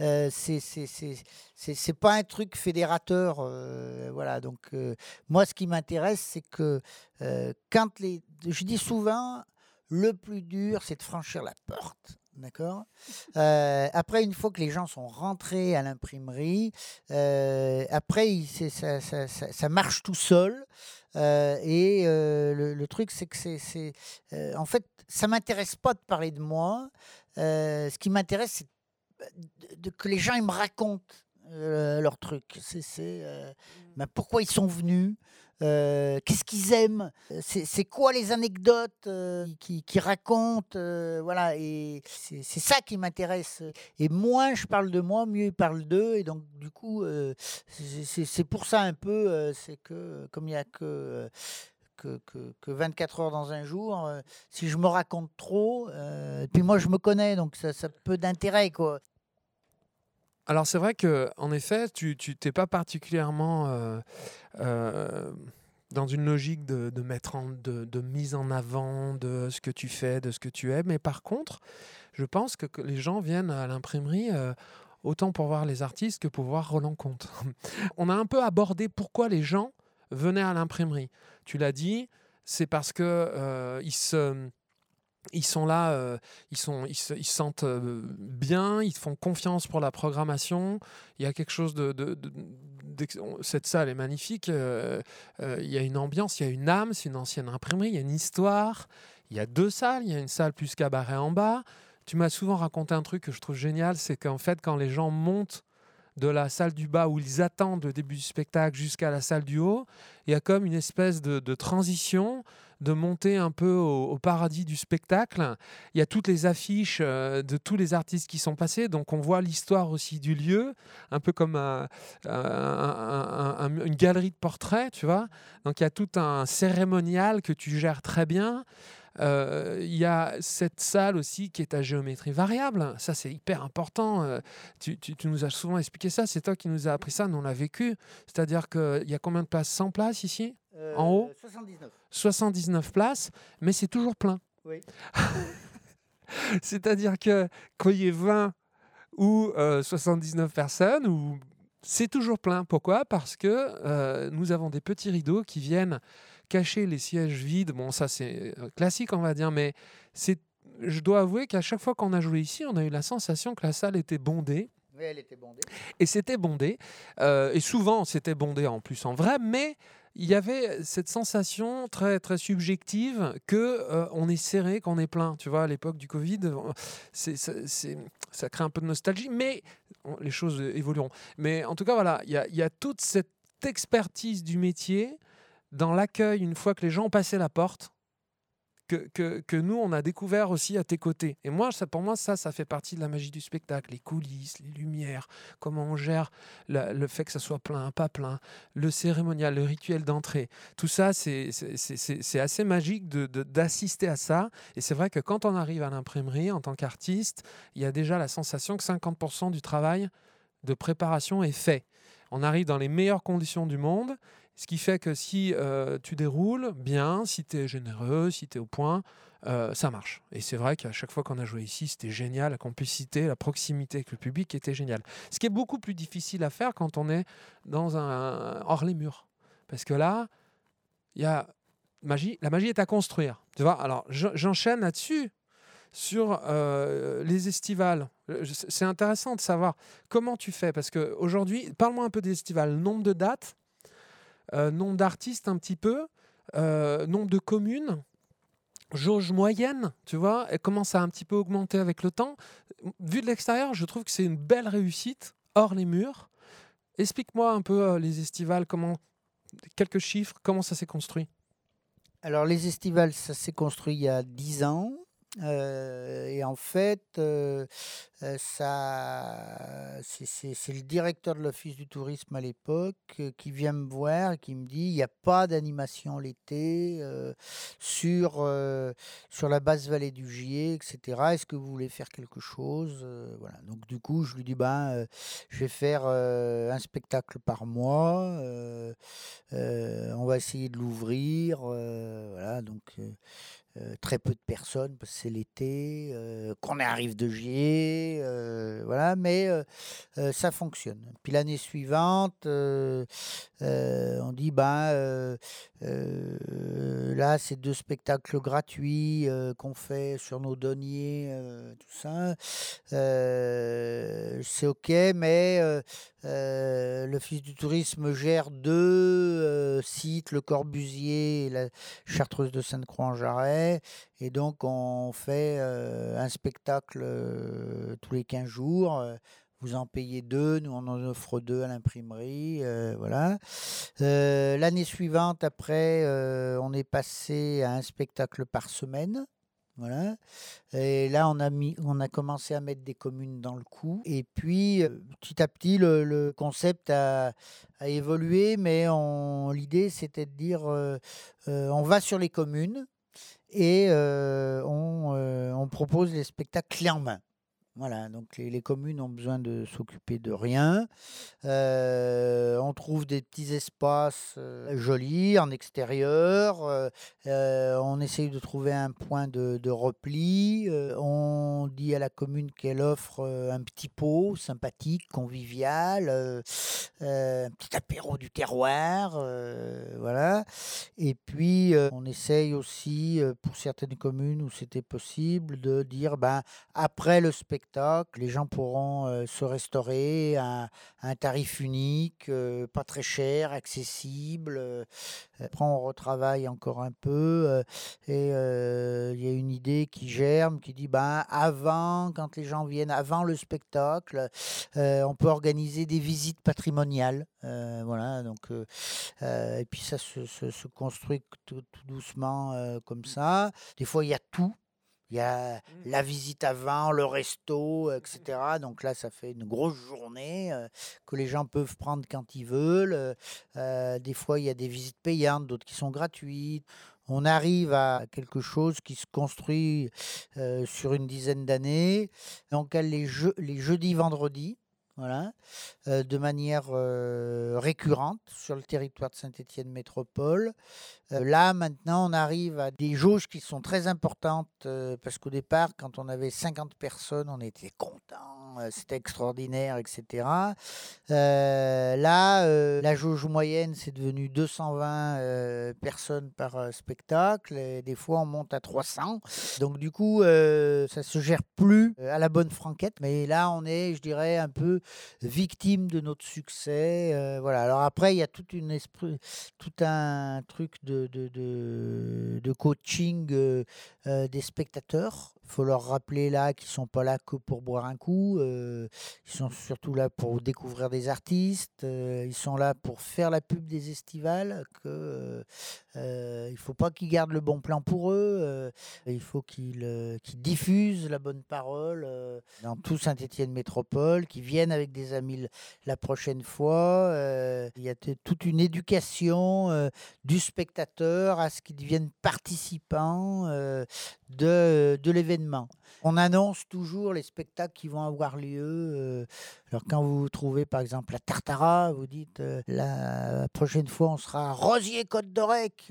c'est pas un truc fédérateur, voilà. Donc moi, ce qui m'intéresse, c'est que je dis souvent, le plus dur, c'est de franchir la porte. D'accord. Après, une fois que les gens sont rentrés à l'imprimerie, après, ça marche tout seul. Et le truc, c'est que en fait, ça m'intéresse pas de parler de moi. Ce qui m'intéresse, c'est que les gens ils me racontent leur truc. Ben, pourquoi ils sont venus. qu'est-ce qu'ils aiment, c'est quoi les anecdotes qu'ils racontent, voilà. Et c'est ça qui m'intéresse. Et moins je parle de moi, mieux ils parlent d'eux. Et donc du coup, c'est pour ça un peu, c'est que comme il n'y a que 24 heures dans un jour, si je me raconte trop, puis moi je me connais, donc ça peu d'intérêt, quoi. Alors c'est vrai que en effet, tu t'es pas particulièrement dans une logique de mettre de mise en avant de ce que tu fais, de ce que tu aimes. Mais par contre, je pense que les gens viennent à l'imprimerie autant pour voir les artistes que pour voir Roland Comte. On a un peu abordé pourquoi les gens venaient à l'imprimerie. Tu l'as dit, c'est parce que ils sont là, ils se sentent bien, ils font confiance pour la programmation. Il y a quelque chose cette salle est magnifique. Il y a une ambiance, il y a une âme. C'est une ancienne imprimerie, il y a une histoire. Il y a 2 salles. Il y a une salle plus cabaret en bas. Tu m'as souvent raconté un truc que je trouve génial, c'est qu'en fait, quand les gens montent de la salle du bas où ils attendent le début du spectacle jusqu'à la salle du haut, il y a comme une espèce de transition, de montée un peu au paradis du spectacle. Il y a toutes les affiches de tous les artistes qui sont passés, donc on voit l'histoire aussi du lieu, un peu comme une galerie de portraits, tu vois. Donc il y a tout un cérémonial que tu gères très bien. Il y a cette salle aussi qui est à géométrie variable. Ça, c'est hyper important. Tu nous as souvent expliqué ça. C'est toi qui nous as appris ça. Nous, on l'a vécu. C'est-à-dire qu'il y a combien de places? 100 places ici? En haut? 79. 79 places, mais c'est toujours plein. Oui. C'est-à-dire que quand il y ait 20 ou 79 personnes, c'est toujours plein. Pourquoi? Parce que nous avons des petits rideaux qui viennent cacher les sièges vides. Bon, ça c'est classique, on va dire, mais je dois avouer qu'à chaque fois qu'on a joué ici, on a eu la sensation que la salle était bondée. Oui, elle était bondée. Et c'était bondé. Et souvent, c'était bondé en plus en vrai, mais il y avait cette sensation très, très subjective que on est serré, qu'on est plein. Tu vois, à l'époque du Covid, ça crée un peu de nostalgie, mais les choses évolueront. Mais en tout cas, voilà, il y a toute cette expertise du métier dans l'accueil une fois que les gens ont passé la porte, que nous, on a découvert aussi à tes côtés. Et moi, pour moi, ça fait partie de la magie du spectacle. Les coulisses, les lumières, comment on gère le fait que ça soit plein, pas plein, le cérémonial, le rituel d'entrée. Tout ça, c'est assez magique d'assister à ça. Et c'est vrai que quand on arrive à l'imprimerie, en tant qu'artiste, il y a déjà la sensation que 50% du travail de préparation est fait. On arrive dans les meilleures conditions du monde. Ce qui fait que si tu déroules bien, si tu es généreux, si tu es au point, ça marche. Et c'est vrai qu'à chaque fois qu'on a joué ici, c'était génial. La complicité, la proximité avec le public était géniale. Ce qui est beaucoup plus difficile à faire quand on est hors les murs. Parce que là, il y a la magie est à construire. Tu vois. Alors, j'enchaîne là-dessus sur les estivales. C'est intéressant de savoir comment tu fais. Parce qu'aujourd'hui, parle-moi un peu des estivales. Nombre de dates, nombre d'artistes un petit peu, nombre de communes, jauge moyenne, tu vois, et comment ça a un petit peu augmenté avec le temps. Vu de l'extérieur, je trouve que c'est une belle réussite, hors les murs. Explique-moi un peu les estivales, quelques chiffres, comment ça s'est construit. Alors, les estivales, ça s'est construit il y a 10 ans. Et en fait, c'est le directeur de l'Office du tourisme à l'époque qui vient me voir et qui me dit: il n'y a pas d'animation l'été sur la basse vallée du Gier, etc. Est-ce que vous voulez faire quelque chose? Voilà. Donc, du coup, je lui dis: je vais faire un spectacle par mois. On va essayer de l'ouvrir. Voilà. Donc, très peu de personnes parce que c'est l'été, qu'on arrive de Gier, voilà, mais ça fonctionne. Puis l'année suivante, on dit là, c'est 2 spectacles gratuits qu'on fait sur nos deniers, tout ça. C'est OK, mais l'Office du tourisme gère 2 sites, le Corbusier et la Chartreuse de Sainte-Croix-en-Jarret. Et donc, on fait un spectacle tous les 15 jours. vous en payez 2, nous on en offre 2 à l'imprimerie, voilà. L'année suivante, après, on est passé à un spectacle par semaine. Voilà. Et là, on a commencé à mettre des communes dans le coup. Et puis, petit à petit, le concept a évolué, mais l'idée, c'était de dire, on va sur les communes et on propose les spectacles clés en main. Voilà, donc les communes ont besoin de s'occuper de rien. On trouve des petits espaces jolis en extérieur. On essaye de trouver un point de repli. On dit à la commune qu'elle offre un petit pot sympathique, convivial, un petit apéro du terroir. Voilà. Et puis, on essaye aussi, pour certaines communes où c'était possible, de dire après le spectacle, les gens pourront se restaurer à un tarif unique, pas très cher, accessible. Après, on retravaille encore un peu et il y a une idée qui germe, qui dit avant, quand les gens viennent, avant le spectacle, on peut organiser des visites patrimoniales. Voilà, donc, et puis ça se construit tout doucement comme ça. Des fois, il y a tout. Il y a la visite avant, le resto, etc. Donc là, ça fait une grosse journée que les gens peuvent prendre quand ils veulent. Des fois, il y a des visites payantes, d'autres qui sont gratuites. On arrive à quelque chose qui se construit sur une dizaine d'années. Donc, les jeudis, vendredis. Voilà, de manière récurrente sur le territoire de Saint-Étienne Métropole. Là, maintenant, on arrive à des jauges qui sont très importantes parce qu'au départ, quand on avait 50 personnes, on était content, c'était extraordinaire, etc. Là, la jauge moyenne, c'est devenu 220 personnes par spectacle et des fois, on monte à 300. Donc, du coup, ça se gère plus à la bonne franquette. Mais là, on est, je dirais, un peu victime de notre succès. Voilà. Alors après, il y a tout un truc de coaching des spectateurs. Il faut leur rappeler là qu'ils ne sont pas là que pour boire un coup. Ils sont surtout là pour découvrir des artistes. Ils sont là pour faire la pub des estivales. Il ne faut pas qu'ils gardent le bon plan pour eux. Il faut qu'ils diffusent la bonne parole dans tout Saint-Étienne Métropole, qu'ils viennent avec des amis la prochaine fois. Il y a toute une éducation du spectateur à ce qu'il devienne participant de l'événement. On annonce toujours les spectacles qui vont avoir lieu. Alors quand vous trouvez par exemple la Tartara, vous dites la prochaine fois on sera à Rosier-Côte-d'Orec.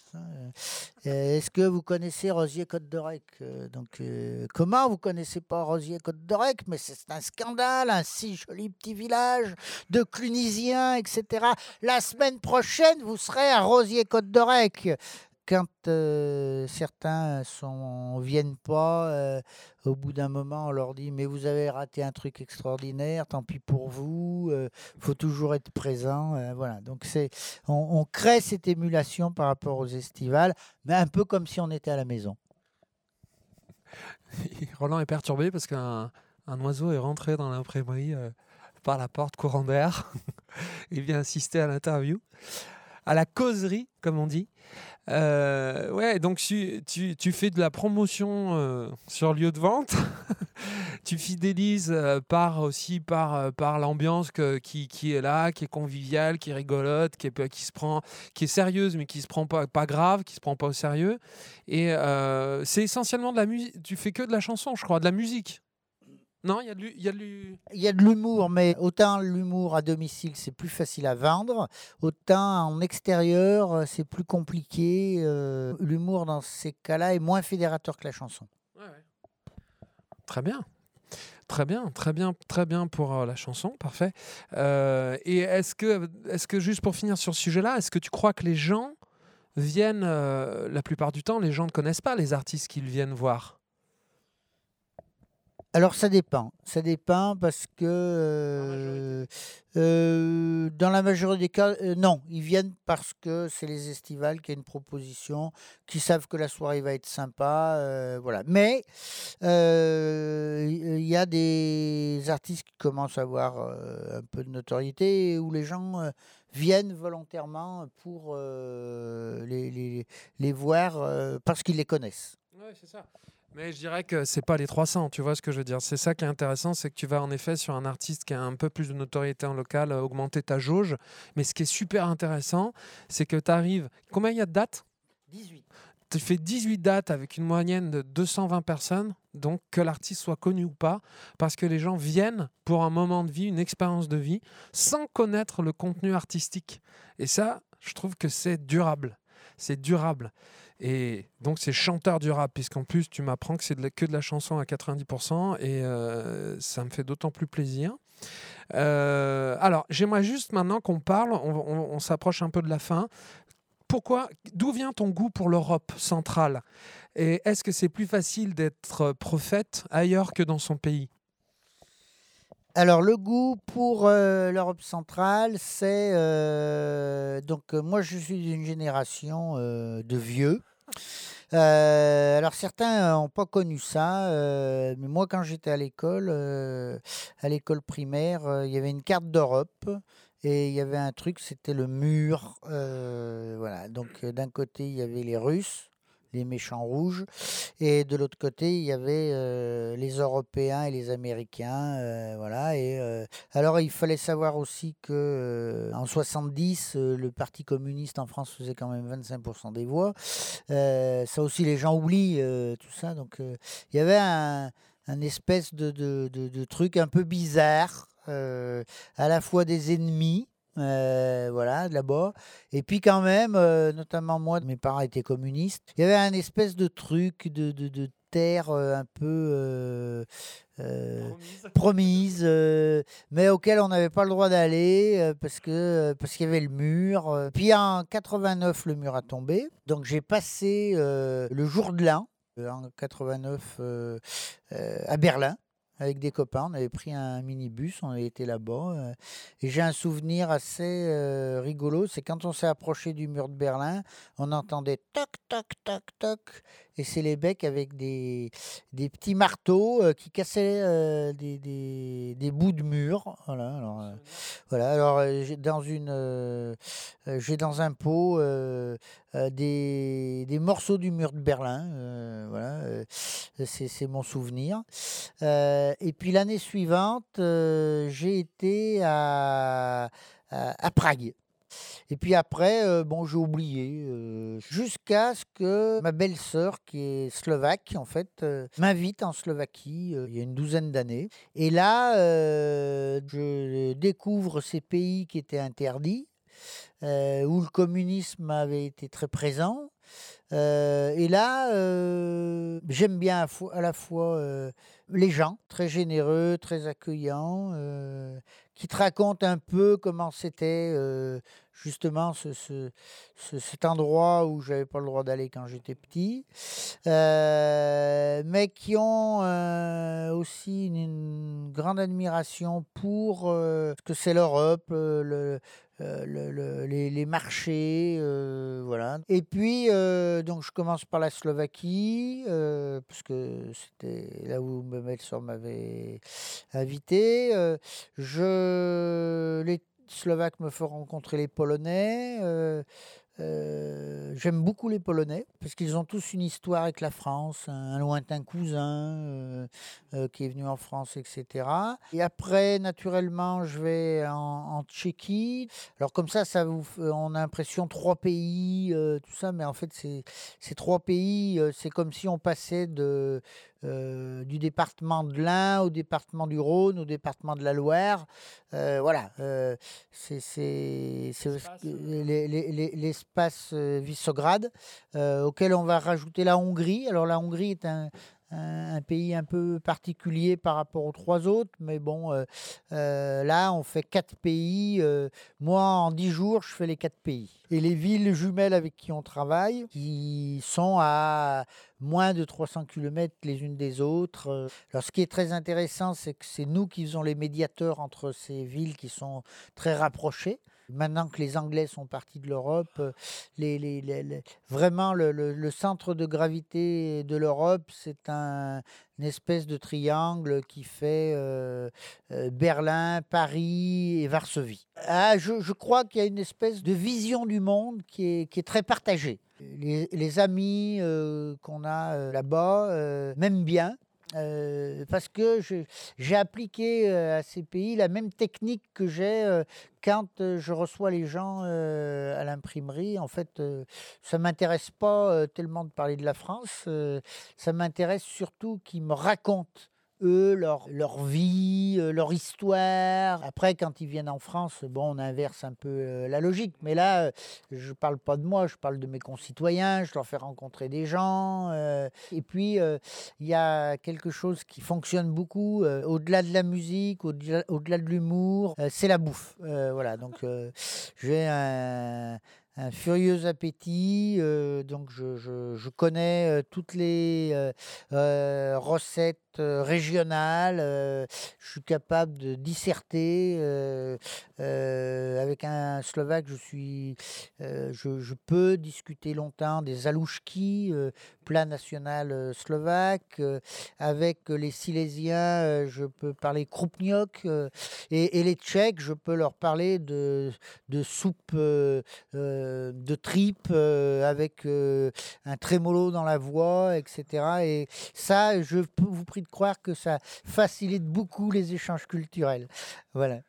Est-ce que vous connaissez Rosier-Côte-d'Orec Donc comment vous connaissez pas Rosier-Côte-d'Orec? Mais c'est un scandale, un si joli petit village de Clunisiens, etc. La semaine prochaine, vous serez à Rosier-Côte-d'Orec. Quand certains viennent pas, au bout d'un moment, on leur dit « Mais vous avez raté un truc extraordinaire, tant pis pour vous, faut toujours être présent. » Voilà, donc on crée cette émulation par rapport aux estivales, mais un peu comme si on était à la maison. Roland est perturbé parce qu'un oiseau est rentré dans l'imprimerie par la porte courant d'air. Il vient assister à l'interview, à la causerie, comme on dit. Ouais, donc tu fais de la promotion sur lieu de vente. Tu fidélises par l'ambiance qui est là, qui est conviviale, qui est rigolote, qui est sérieuse, mais qui se prend pas grave, qui se prend pas au sérieux. Et c'est essentiellement de la musique. Tu fais que de la chanson, je crois, de la musique. Non, il y a de l'humour, mais autant l'humour à domicile, c'est plus facile à vendre, autant en extérieur, c'est plus compliqué. L'humour, dans ces cas-là, est moins fédérateur que la chanson. Ouais. Très bien. Très bien pour la chanson, parfait. Et est-ce que, juste pour finir sur ce sujet-là, est-ce que tu crois que les gens viennent, la plupart du temps, les gens ne connaissent pas les artistes qu'ils viennent voir? Alors ça dépend. Ça dépend parce que dans la majorité des cas, non, ils viennent parce que c'est les estivales qui a une proposition, qui savent que la soirée va être sympa, voilà. Mais il y a des artistes qui commencent à avoir un peu de notoriété où les gens viennent volontairement pour les voir parce qu'ils les connaissent. Ouais, c'est ça. Mais je dirais que c'est pas les 300, tu vois ce que je veux dire. C'est ça qui est intéressant, c'est que tu vas en effet sur un artiste qui a un peu plus de notoriété en local, augmenter ta jauge. Mais ce qui est super intéressant, c'est que tu arrives. Combien il y a de dates? 18. Tu fais 18 dates avec une moyenne de 220 personnes, donc que l'artiste soit connu ou pas, parce que les gens viennent pour un moment de vie, une expérience de vie, sans connaître le contenu artistique. Et ça, je trouve que c'est durable. C'est durable. Et donc, c'est chanteur durable, puisqu'en plus, tu m'apprends que c'est que de la chanson à 90%, et ça me fait d'autant plus plaisir. Alors, j'aimerais juste maintenant qu'on parle, on s'approche un peu de la fin. D'où vient ton goût pour l'Europe centrale? Et est-ce que c'est plus facile d'être prophète ailleurs que dans son pays? Alors, le goût pour l'Europe centrale, c'est... moi, je suis d'une génération de vieux. Alors, certains n'ont pas connu ça, mais moi, quand j'étais à l'école primaire, il y avait une carte d'Europe. Et il y avait un truc, c'était le mur. Voilà. Donc, d'un côté, il y avait les Russes, les méchants rouges. Et de l'autre côté, il y avait les Européens et les Américains. Voilà. Et alors, il fallait savoir aussi que en 70, le Parti communiste en France faisait quand même 25% des voix. Ça aussi, les gens oublient tout ça. Donc, il y avait un espèce de truc un peu bizarre, à la fois des ennemis. Voilà, de là-bas. Et puis quand même, notamment moi, mes parents étaient communistes. Il y avait un espèce de truc de terre un peu promise, mais auquel on n'avait pas le droit d'aller parce qu'il y avait le mur. Puis en 89, le mur a tombé. Donc j'ai passé le jour de l'an en 89 à Berlin avec des copains. On avait pris un minibus, on avait été là-bas. Et j'ai un souvenir assez rigolo. C'est quand on s'est approché du mur de Berlin, on entendait toc, toc, toc, toc. Et c'est les becs avec des petits marteaux qui cassaient des bouts de mur. Voilà, alors, j'ai dans un pot des morceaux du mur de Berlin. Voilà, c'est mon souvenir. Et puis l'année suivante, j'ai été à Prague. Et puis après, bon, j'ai oublié, jusqu'à ce que ma belle-sœur, qui est slovaque, en fait, m'invite en Slovaquie il y a une douzaine d'années. Et là, je découvre ces pays qui étaient interdits, où le communisme avait été très présent. Et là, j'aime bien à la fois les gens, très généreux, très accueillants, qui te racontent un peu comment c'était justement cet endroit où j'avais pas le droit d'aller quand j'étais petit, mais qui ont aussi une grande admiration pour ce que c'est l'Europe, les marchés, voilà. Et puis, donc, je commence par la Slovaquie, parce que c'était là où ma belle-sœur m'avait invité. Les Slovaques me font rencontrer les Polonais. J'aime beaucoup les Polonais parce qu'ils ont tous une histoire avec la France, un lointain cousin qui est venu en France, etc. Et après, naturellement, je vais en Tchéquie. Alors comme ça, on a l'impression 3 pays, tout ça, mais en fait, ces 3 pays, c'est comme si on passait du département de l'Ain au département du Rhône, au département de la Loire. Voilà, c'est l'espace Visegrad, auquel on va rajouter la Hongrie. Alors la Hongrie est un pays un peu particulier par rapport aux 3 autres, mais bon, là, on fait 4 pays. Moi, en 10 jours, je fais les 4 pays. Et les villes jumelles avec qui on travaille, qui sont à moins de 300 kilomètres les unes des autres. Alors, ce qui est très intéressant, c'est que c'est nous qui faisons les médiateurs entre ces villes qui sont très rapprochées. Maintenant que les Anglais sont partis de l'Europe, vraiment le centre de gravité de l'Europe, c'est une espèce de triangle qui fait Berlin, Paris et Varsovie. Je crois qu'il y a une espèce de vision du monde qui est très partagée. Les amis qu'on a là-bas m'aiment bien. Parce que j'ai appliqué à ces pays la même technique que j'ai quand je reçois les gens à l'imprimerie. En fait, ça ne m'intéresse pas tellement de parler de la France, ça m'intéresse surtout qu'ils me racontent eux, leur vie, leur histoire. Après, quand ils viennent en France, bon, on inverse un peu la logique. Mais là, je ne parle pas de moi, je parle de mes concitoyens, je leur fais rencontrer des gens. Et puis, il y a quelque chose qui fonctionne beaucoup, au-delà de la musique, au-delà de l'humour, c'est la bouffe. Voilà, donc j'ai un furieux appétit, donc je connais toutes les recettes régionales, je suis capable de disserter. Avec un Slovaque, je peux discuter longtemps des alouchki, plat national slovaque. Avec les Silésiens, je peux parler kroupniok. Et les Tchèques, je peux leur parler de soupe de tripes avec un trémolo dans la voix, etc. Et ça, je peux vous prie de croire que ça facilite beaucoup les échanges culturels. Voilà.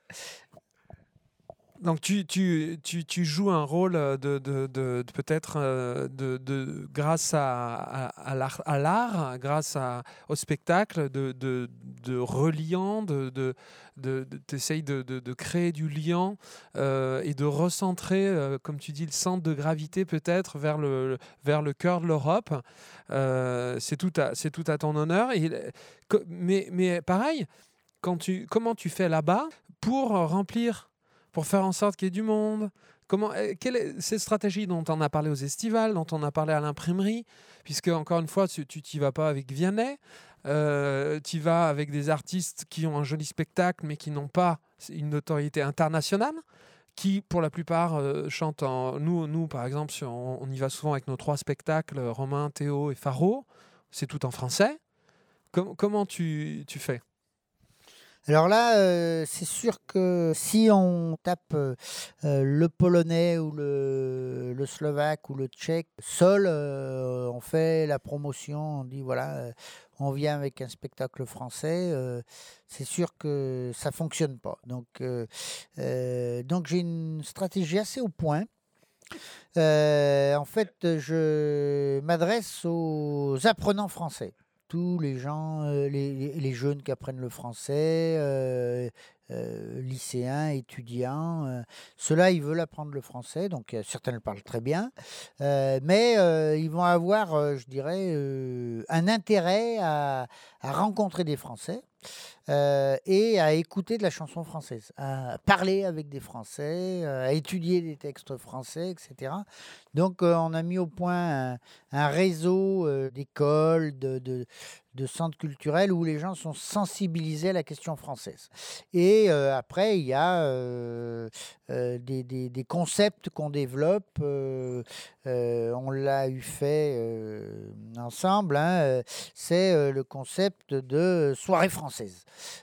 Donc tu joues un rôle peut-être grâce à l'art, grâce au spectacle, de reliant, t'essayes de créer du lien et de recentrer, comme tu dis, le centre de gravité peut-être vers le cœur de l'Europe. C'est tout à ton honneur. Mais pareil, comment tu fais là-bas pour faire en sorte qu'il y ait du monde? Quelle est cette stratégie dont on a parlé aux estivales, dont on a parlé à l'imprimerie, puisque encore une fois, tu n'y vas pas avec Vianney, tu y vas avec des artistes qui ont un joli spectacle, mais qui n'ont pas une notoriété internationale, qui pour la plupart chantent nous par exemple, on y va souvent avec nos 3 spectacles, Romain, Théo et Faro, c'est tout en français. Comment tu fais? Alors là, c'est sûr que si on tape le polonais ou le slovaque ou le tchèque seul, on fait la promotion, on dit voilà, on vient avec un spectacle français, c'est sûr que ça fonctionne pas. Donc j'ai une stratégie assez au point. En fait, je m'adresse aux apprenants français. Tous les gens, les jeunes qui apprennent le français, lycéens, étudiants, ceux-là, ils veulent apprendre le français, donc certains le parlent très bien, mais ils vont avoir, je dirais, un intérêt à rencontrer des Français. Et à écouter de la chanson française, à parler avec des Français, à étudier des textes français, etc. Donc, on a mis au point un réseau d'écoles, de centres culturels où les gens sont sensibilisés à la question française. Et après, il y a des concepts qu'on développe. On l'a fait ensemble. Hein, c'est le concept de soirée française.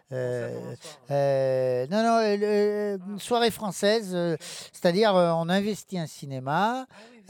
Soirée française, c'est-à-dire on investit un cinéma,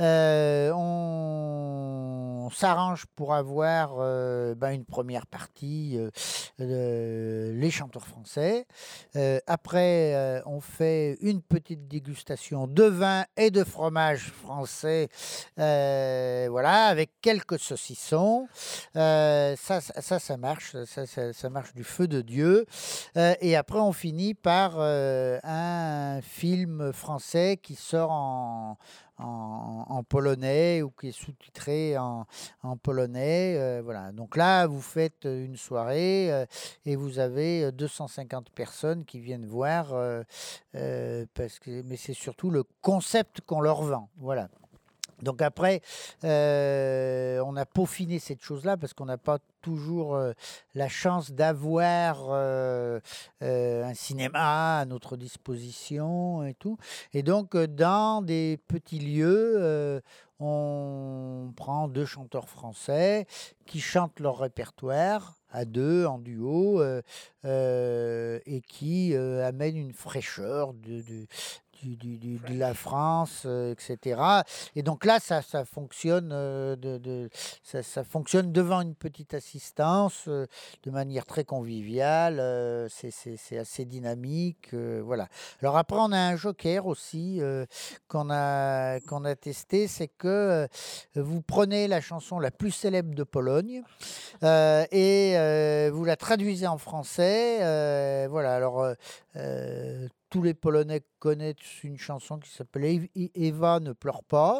on s'arrange pour avoir une première partie, les chanteurs français. Après, on fait une petite dégustation de vin et de fromage français, voilà, avec quelques saucissons. Ça marche, ça marche du feu de Dieu. Et après, on finit par un film français qui sort en polonais ou qui est sous-titré en polonais. Voilà. Donc là, vous faites une soirée et vous avez 250 personnes qui viennent voir, mais c'est surtout le concept qu'on leur vend. Voilà. Donc après, on a peaufiné cette chose-là parce qu'on n'a pas toujours la chance d'avoir un cinéma à notre disposition et tout. Et donc, dans des petits lieux, on prend 2 chanteurs français qui chantent leur répertoire à 2, en duo, et qui amènent une fraîcheur de la France, etc. Et donc là, ça fonctionne, ça fonctionne devant une petite assistance de manière très conviviale. C'est assez dynamique. Voilà. Alors après, on a un joker aussi qu'on a testé, c'est que vous prenez la chanson la plus célèbre de Pologne et vous la traduisez en français. Voilà. Alors tous les Polonais connaissent une chanson qui s'appelle Eva ne pleure pas.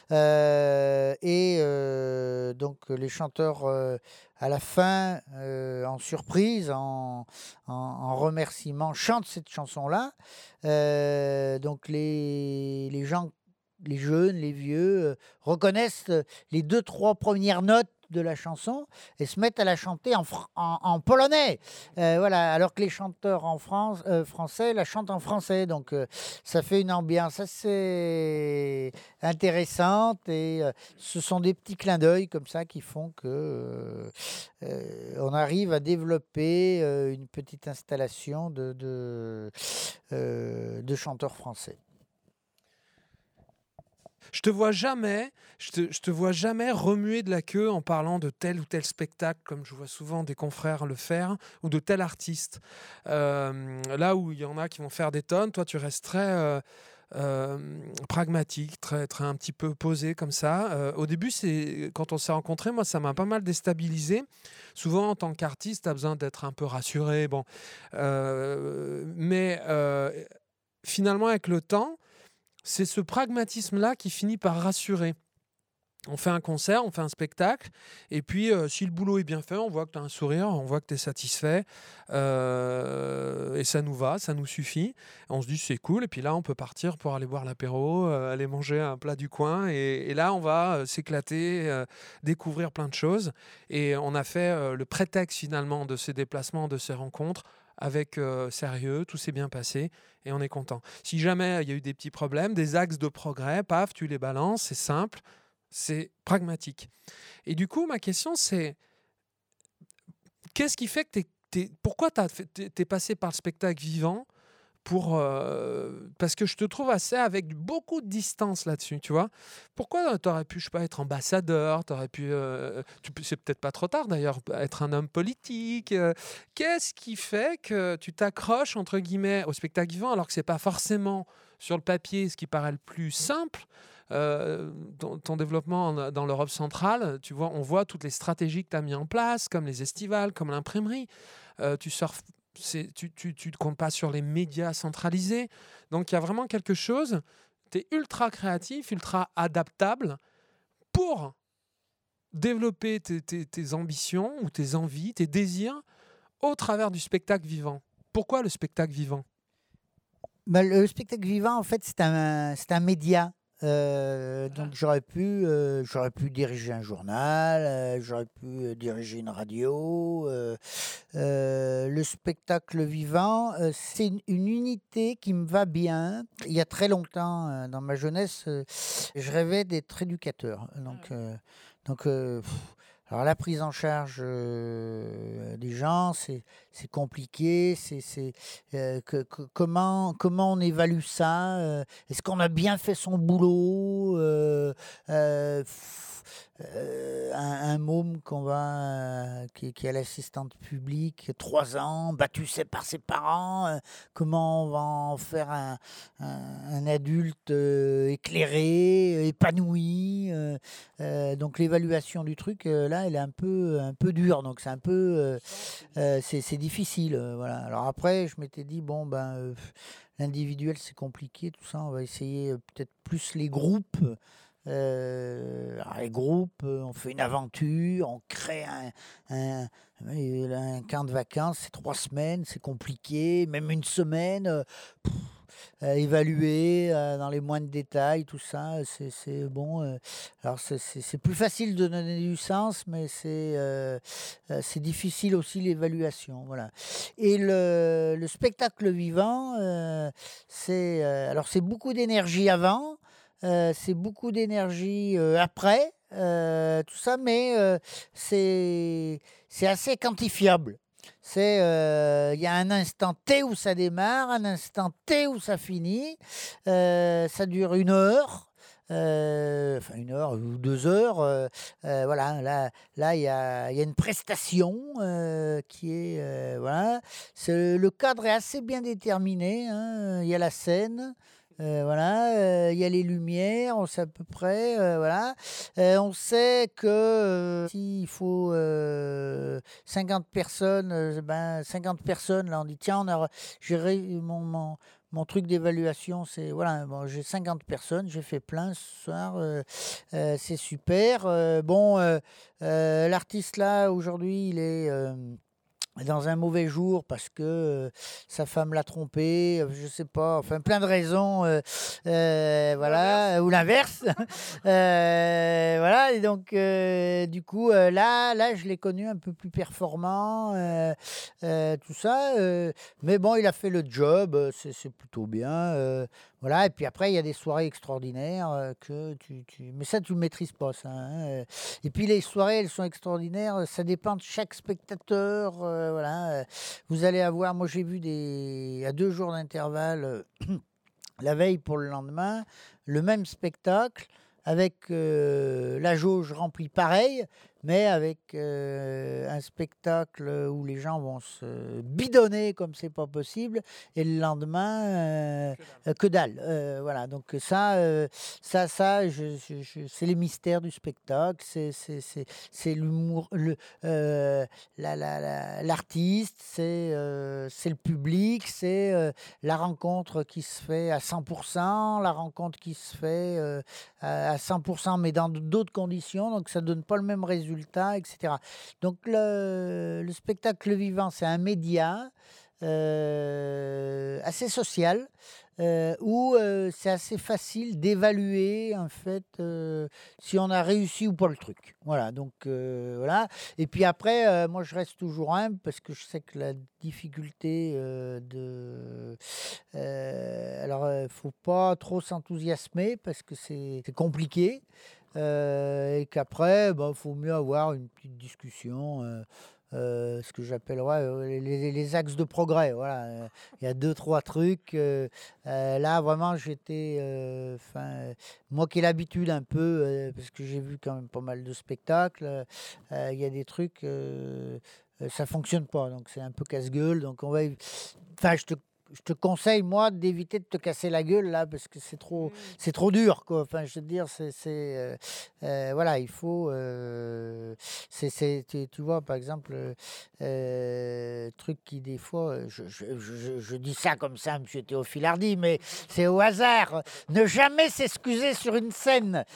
Donc les chanteurs, à la fin, en surprise, en remerciement, chantent cette chanson-là. Donc les gens, les jeunes, les vieux, reconnaissent les 2, 3 premières notes de la chanson et se mettent à la chanter en polonais. Voilà, alors que les chanteurs français la chantent en français. Donc ça fait une ambiance assez intéressante et ce sont des petits clins d'œil comme ça qui font que on arrive à développer une petite installation de chanteurs français. Je te vois jamais, je te vois jamais remuer de la queue en parlant de tel ou tel spectacle, comme je vois souvent des confrères le faire, ou de tel artiste. Là où il y en a qui vont faire des tonnes, toi tu restes très pragmatique, très, très un petit peu posé comme ça. Au début, quand on s'est rencontrés, moi ça m'a pas mal déstabilisé. Souvent en tant qu'artiste, tu as besoin d'être un peu rassuré. Bon. Mais finalement, avec le temps, c'est ce pragmatisme-là qui finit par rassurer. On fait un concert, on fait un spectacle, et puis si le boulot est bien fait, on voit que tu as un sourire, on voit que tu es satisfait, et ça nous va, ça nous suffit. On se dit c'est cool, et puis là on peut partir pour aller boire l'apéro, aller manger un plat du coin, et là on va s'éclater, découvrir plein de choses. Et on a fait le prétexte finalement de ces déplacements, de ces rencontres, avec sérieux, tout s'est bien passé et on est content. Si jamais il y a eu des petits problèmes, des axes de progrès, paf, tu les balances, c'est simple, c'est pragmatique. Et du coup, ma question c'est, qu'est-ce qui fait que pourquoi t'es passé par le spectacle vivant parce que je te trouve assez avec beaucoup de distance là-dessus, tu vois. Pourquoi tu aurais pu, je sais pas, être ambassadeur, t'aurais pu, c'est peut-être pas trop tard d'ailleurs, être un homme politique. Qu'est-ce qui fait que tu t'accroches, entre guillemets, au spectacle vivant alors que c'est pas forcément sur le papier ce qui paraît le plus simple? Ton développement dans l'Europe centrale, tu vois, on voit toutes les stratégies que tu as mis en place, comme les estivales, comme l'imprimerie. Tu surfes. Tu ne comptes pas sur les médias centralisés. Donc, il y a vraiment quelque chose. Tu es ultra créatif, ultra adaptable pour développer tes ambitions ou tes envies, tes désirs au travers du spectacle vivant. Pourquoi le spectacle vivant ? Le spectacle vivant, en fait, c'est un média. Donc j'aurais pu diriger un journal, j'aurais pu diriger une radio. Le spectacle vivant, c'est une unité qui me va bien. Il y a très longtemps, dans ma jeunesse, je rêvais d'être éducateur. Alors la prise en charge des gens, c'est compliqué. Comment on évalue ça? Est-ce qu'on a bien fait son boulot? Un môme qui est l'assistante publique, 3 ans, battu par ses parents. Comment on va en faire un adulte éclairé, épanoui? Donc l'évaluation du truc, là, elle est un peu dure. Donc c'est un peu c'est difficile. Voilà. Alors après, je m'étais dit, bon, L'individuel, c'est compliqué, tout ça. On va essayer peut-être plus les groupes. Alors les groupes, on fait une aventure, on crée un camp de vacances, c'est 3 semaines, c'est compliqué, même une semaine, évaluer dans les moindres détails, tout ça, c'est bon. Alors c'est plus facile de donner du sens, mais c'est difficile aussi l'évaluation, voilà. Et le spectacle vivant, alors c'est beaucoup d'énergie avant. C'est beaucoup d'énergie après, tout ça, mais c'est assez quantifiable. Il y a un instant T où ça démarre, un instant T où ça finit. Ça dure 1 heure. Enfin 1 heure ou 2 heures. Voilà, là il y a une prestation qui est voilà. Le cadre est assez bien déterminé, hein. Il y a la scène. Voilà, il y a les lumières, on sait à peu près, voilà. On sait que s'il faut 50 personnes, 50 personnes, là on dit tiens, mon truc d'évaluation, c'est voilà, bon, j'ai 50 personnes, j'ai fait plein ce soir, c'est super. L'artiste là aujourd'hui, il est dans un mauvais jour parce que sa femme l'a trompé, je sais pas, enfin plein de raisons, voilà, ou l'inverse. Voilà, et donc du coup, là, je l'ai connu un peu plus performant, tout ça, mais bon, il a fait le job, c'est plutôt bien. Voilà, et puis après, il y a des soirées extraordinaires que mais ça, tu ne maîtrises pas, ça, hein. Et puis les soirées, elles sont extraordinaires, ça dépend de chaque spectateur. Voilà, vous allez avoir, moi j'ai vu à 2 jours d'intervalle, la veille pour le lendemain, le même spectacle, avec la jauge remplie pareil, mais avec un spectacle où les gens vont se bidonner comme c'est pas possible, et le lendemain, que dalle. Voilà, donc c'est les mystères du spectacle, c'est l'humour, l'artiste, c'est le public, c'est la rencontre qui se fait à 100%, la rencontre qui se fait à 100%, mais dans d'autres conditions, donc ça donne pas le même résultat, etc. Donc le spectacle vivant, c'est un média assez social, où c'est assez facile d'évaluer en fait si on a réussi ou pas le truc. Voilà, donc voilà. Et puis après, moi je reste toujours humble parce que je sais que la difficulté alors faut pas trop s'enthousiasmer parce que c'est compliqué. Et qu'après, faut mieux avoir une petite discussion, ce que j'appellerais les axes de progrès. Voilà, il y a 2, 3 trucs. Là, vraiment, j'étais, moi qui ai l'habitude un peu, parce que j'ai vu quand même pas mal de spectacles, il y a des trucs, ça fonctionne pas, donc c'est un peu casse-gueule. Donc je te conseille, moi, d'éviter de te casser la gueule, là, parce que c'est trop dur, quoi. Enfin, je veux dire, voilà, il faut... tu vois, par exemple, truc qui, des fois, je dis ça comme ça, monsieur Théophile Hardy, mais c'est au hasard. Ne jamais s'excuser sur une scène.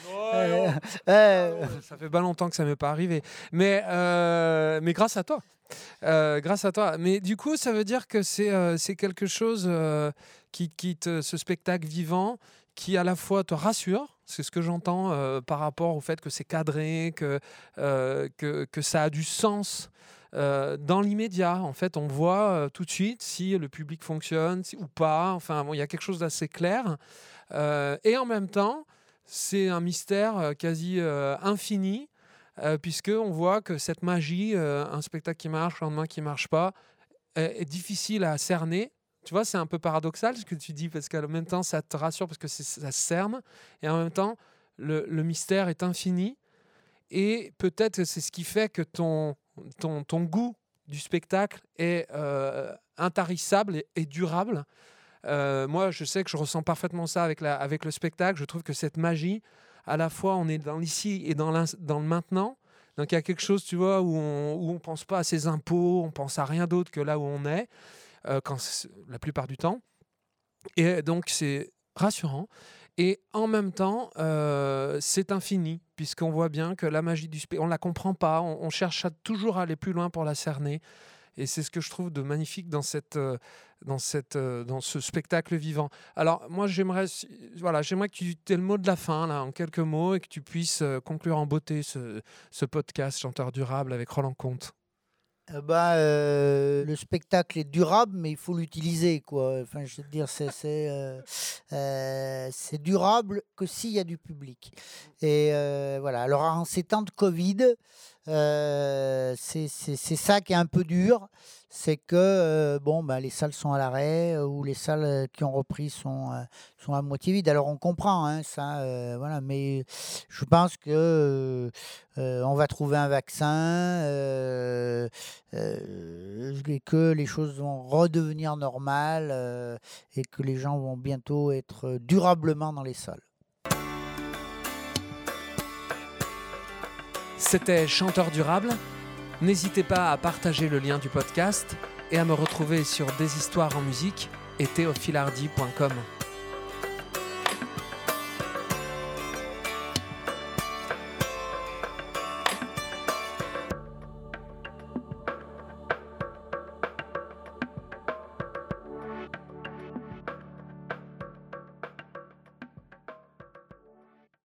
Ça fait pas longtemps que ça m'est pas arrivé. Mais grâce à toi. Grâce à toi. Mais du coup, ça veut dire que c'est quelque chose ce spectacle vivant, qui à la fois te rassure, c'est ce que j'entends par rapport au fait que c'est cadré, que ça a du sens. Dans l'immédiat, en fait, on voit tout de suite si le public fonctionne ou pas. Enfin, bon, il y a quelque chose d'assez clair. Et en même temps, c'est un mystère quasi infini. Puisqu'on voit que cette magie, un spectacle qui marche, le lendemain qui ne marche pas, est difficile à cerner. Tu vois, c'est un peu paradoxal ce que tu dis, parce qu'en même temps, ça te rassure parce que ça cerne, et en même temps, le mystère est infini. Et peut-être que c'est ce qui fait que ton goût du spectacle est intarissable et durable. Moi, je sais que je ressens parfaitement ça avec le spectacle. Je trouve que cette magie, à la fois, on est dans l'ici et dans le maintenant. Donc, il y a quelque chose, tu vois, où on pense pas à ses impôts, on pense à rien d'autre que là où on est, la plupart du temps. Et donc, c'est rassurant. Et en même temps, c'est infini, puisqu'on voit bien que la magie du spectacle, on ne la comprend pas, on cherche toujours à aller plus loin pour la cerner. Et c'est ce que je trouve de magnifique dans ce spectacle vivant. Alors, moi, j'aimerais que tu aies le mot de la fin, là, en quelques mots, et que tu puisses conclure en beauté ce podcast Chanteur durable avec Roland Comte. Le spectacle est durable, mais il faut l'utiliser, quoi. Enfin, je veux dire, c'est durable que s'il y a du public. Et voilà. Alors, en ces temps de Covid, c'est ça qui est un peu dur. C'est que les salles sont à l'arrêt ou les salles qui ont repris sont à moitié vides. Alors, on comprend, hein, ça, voilà. Mais je pense que on va trouver un vaccin et que les choses vont redevenir normales et que les gens vont bientôt être durablement dans les salles. C'était Chanteur durable. N'hésitez pas à partager le lien du podcast et à me retrouver sur Des histoires en musique et théophilardi.com.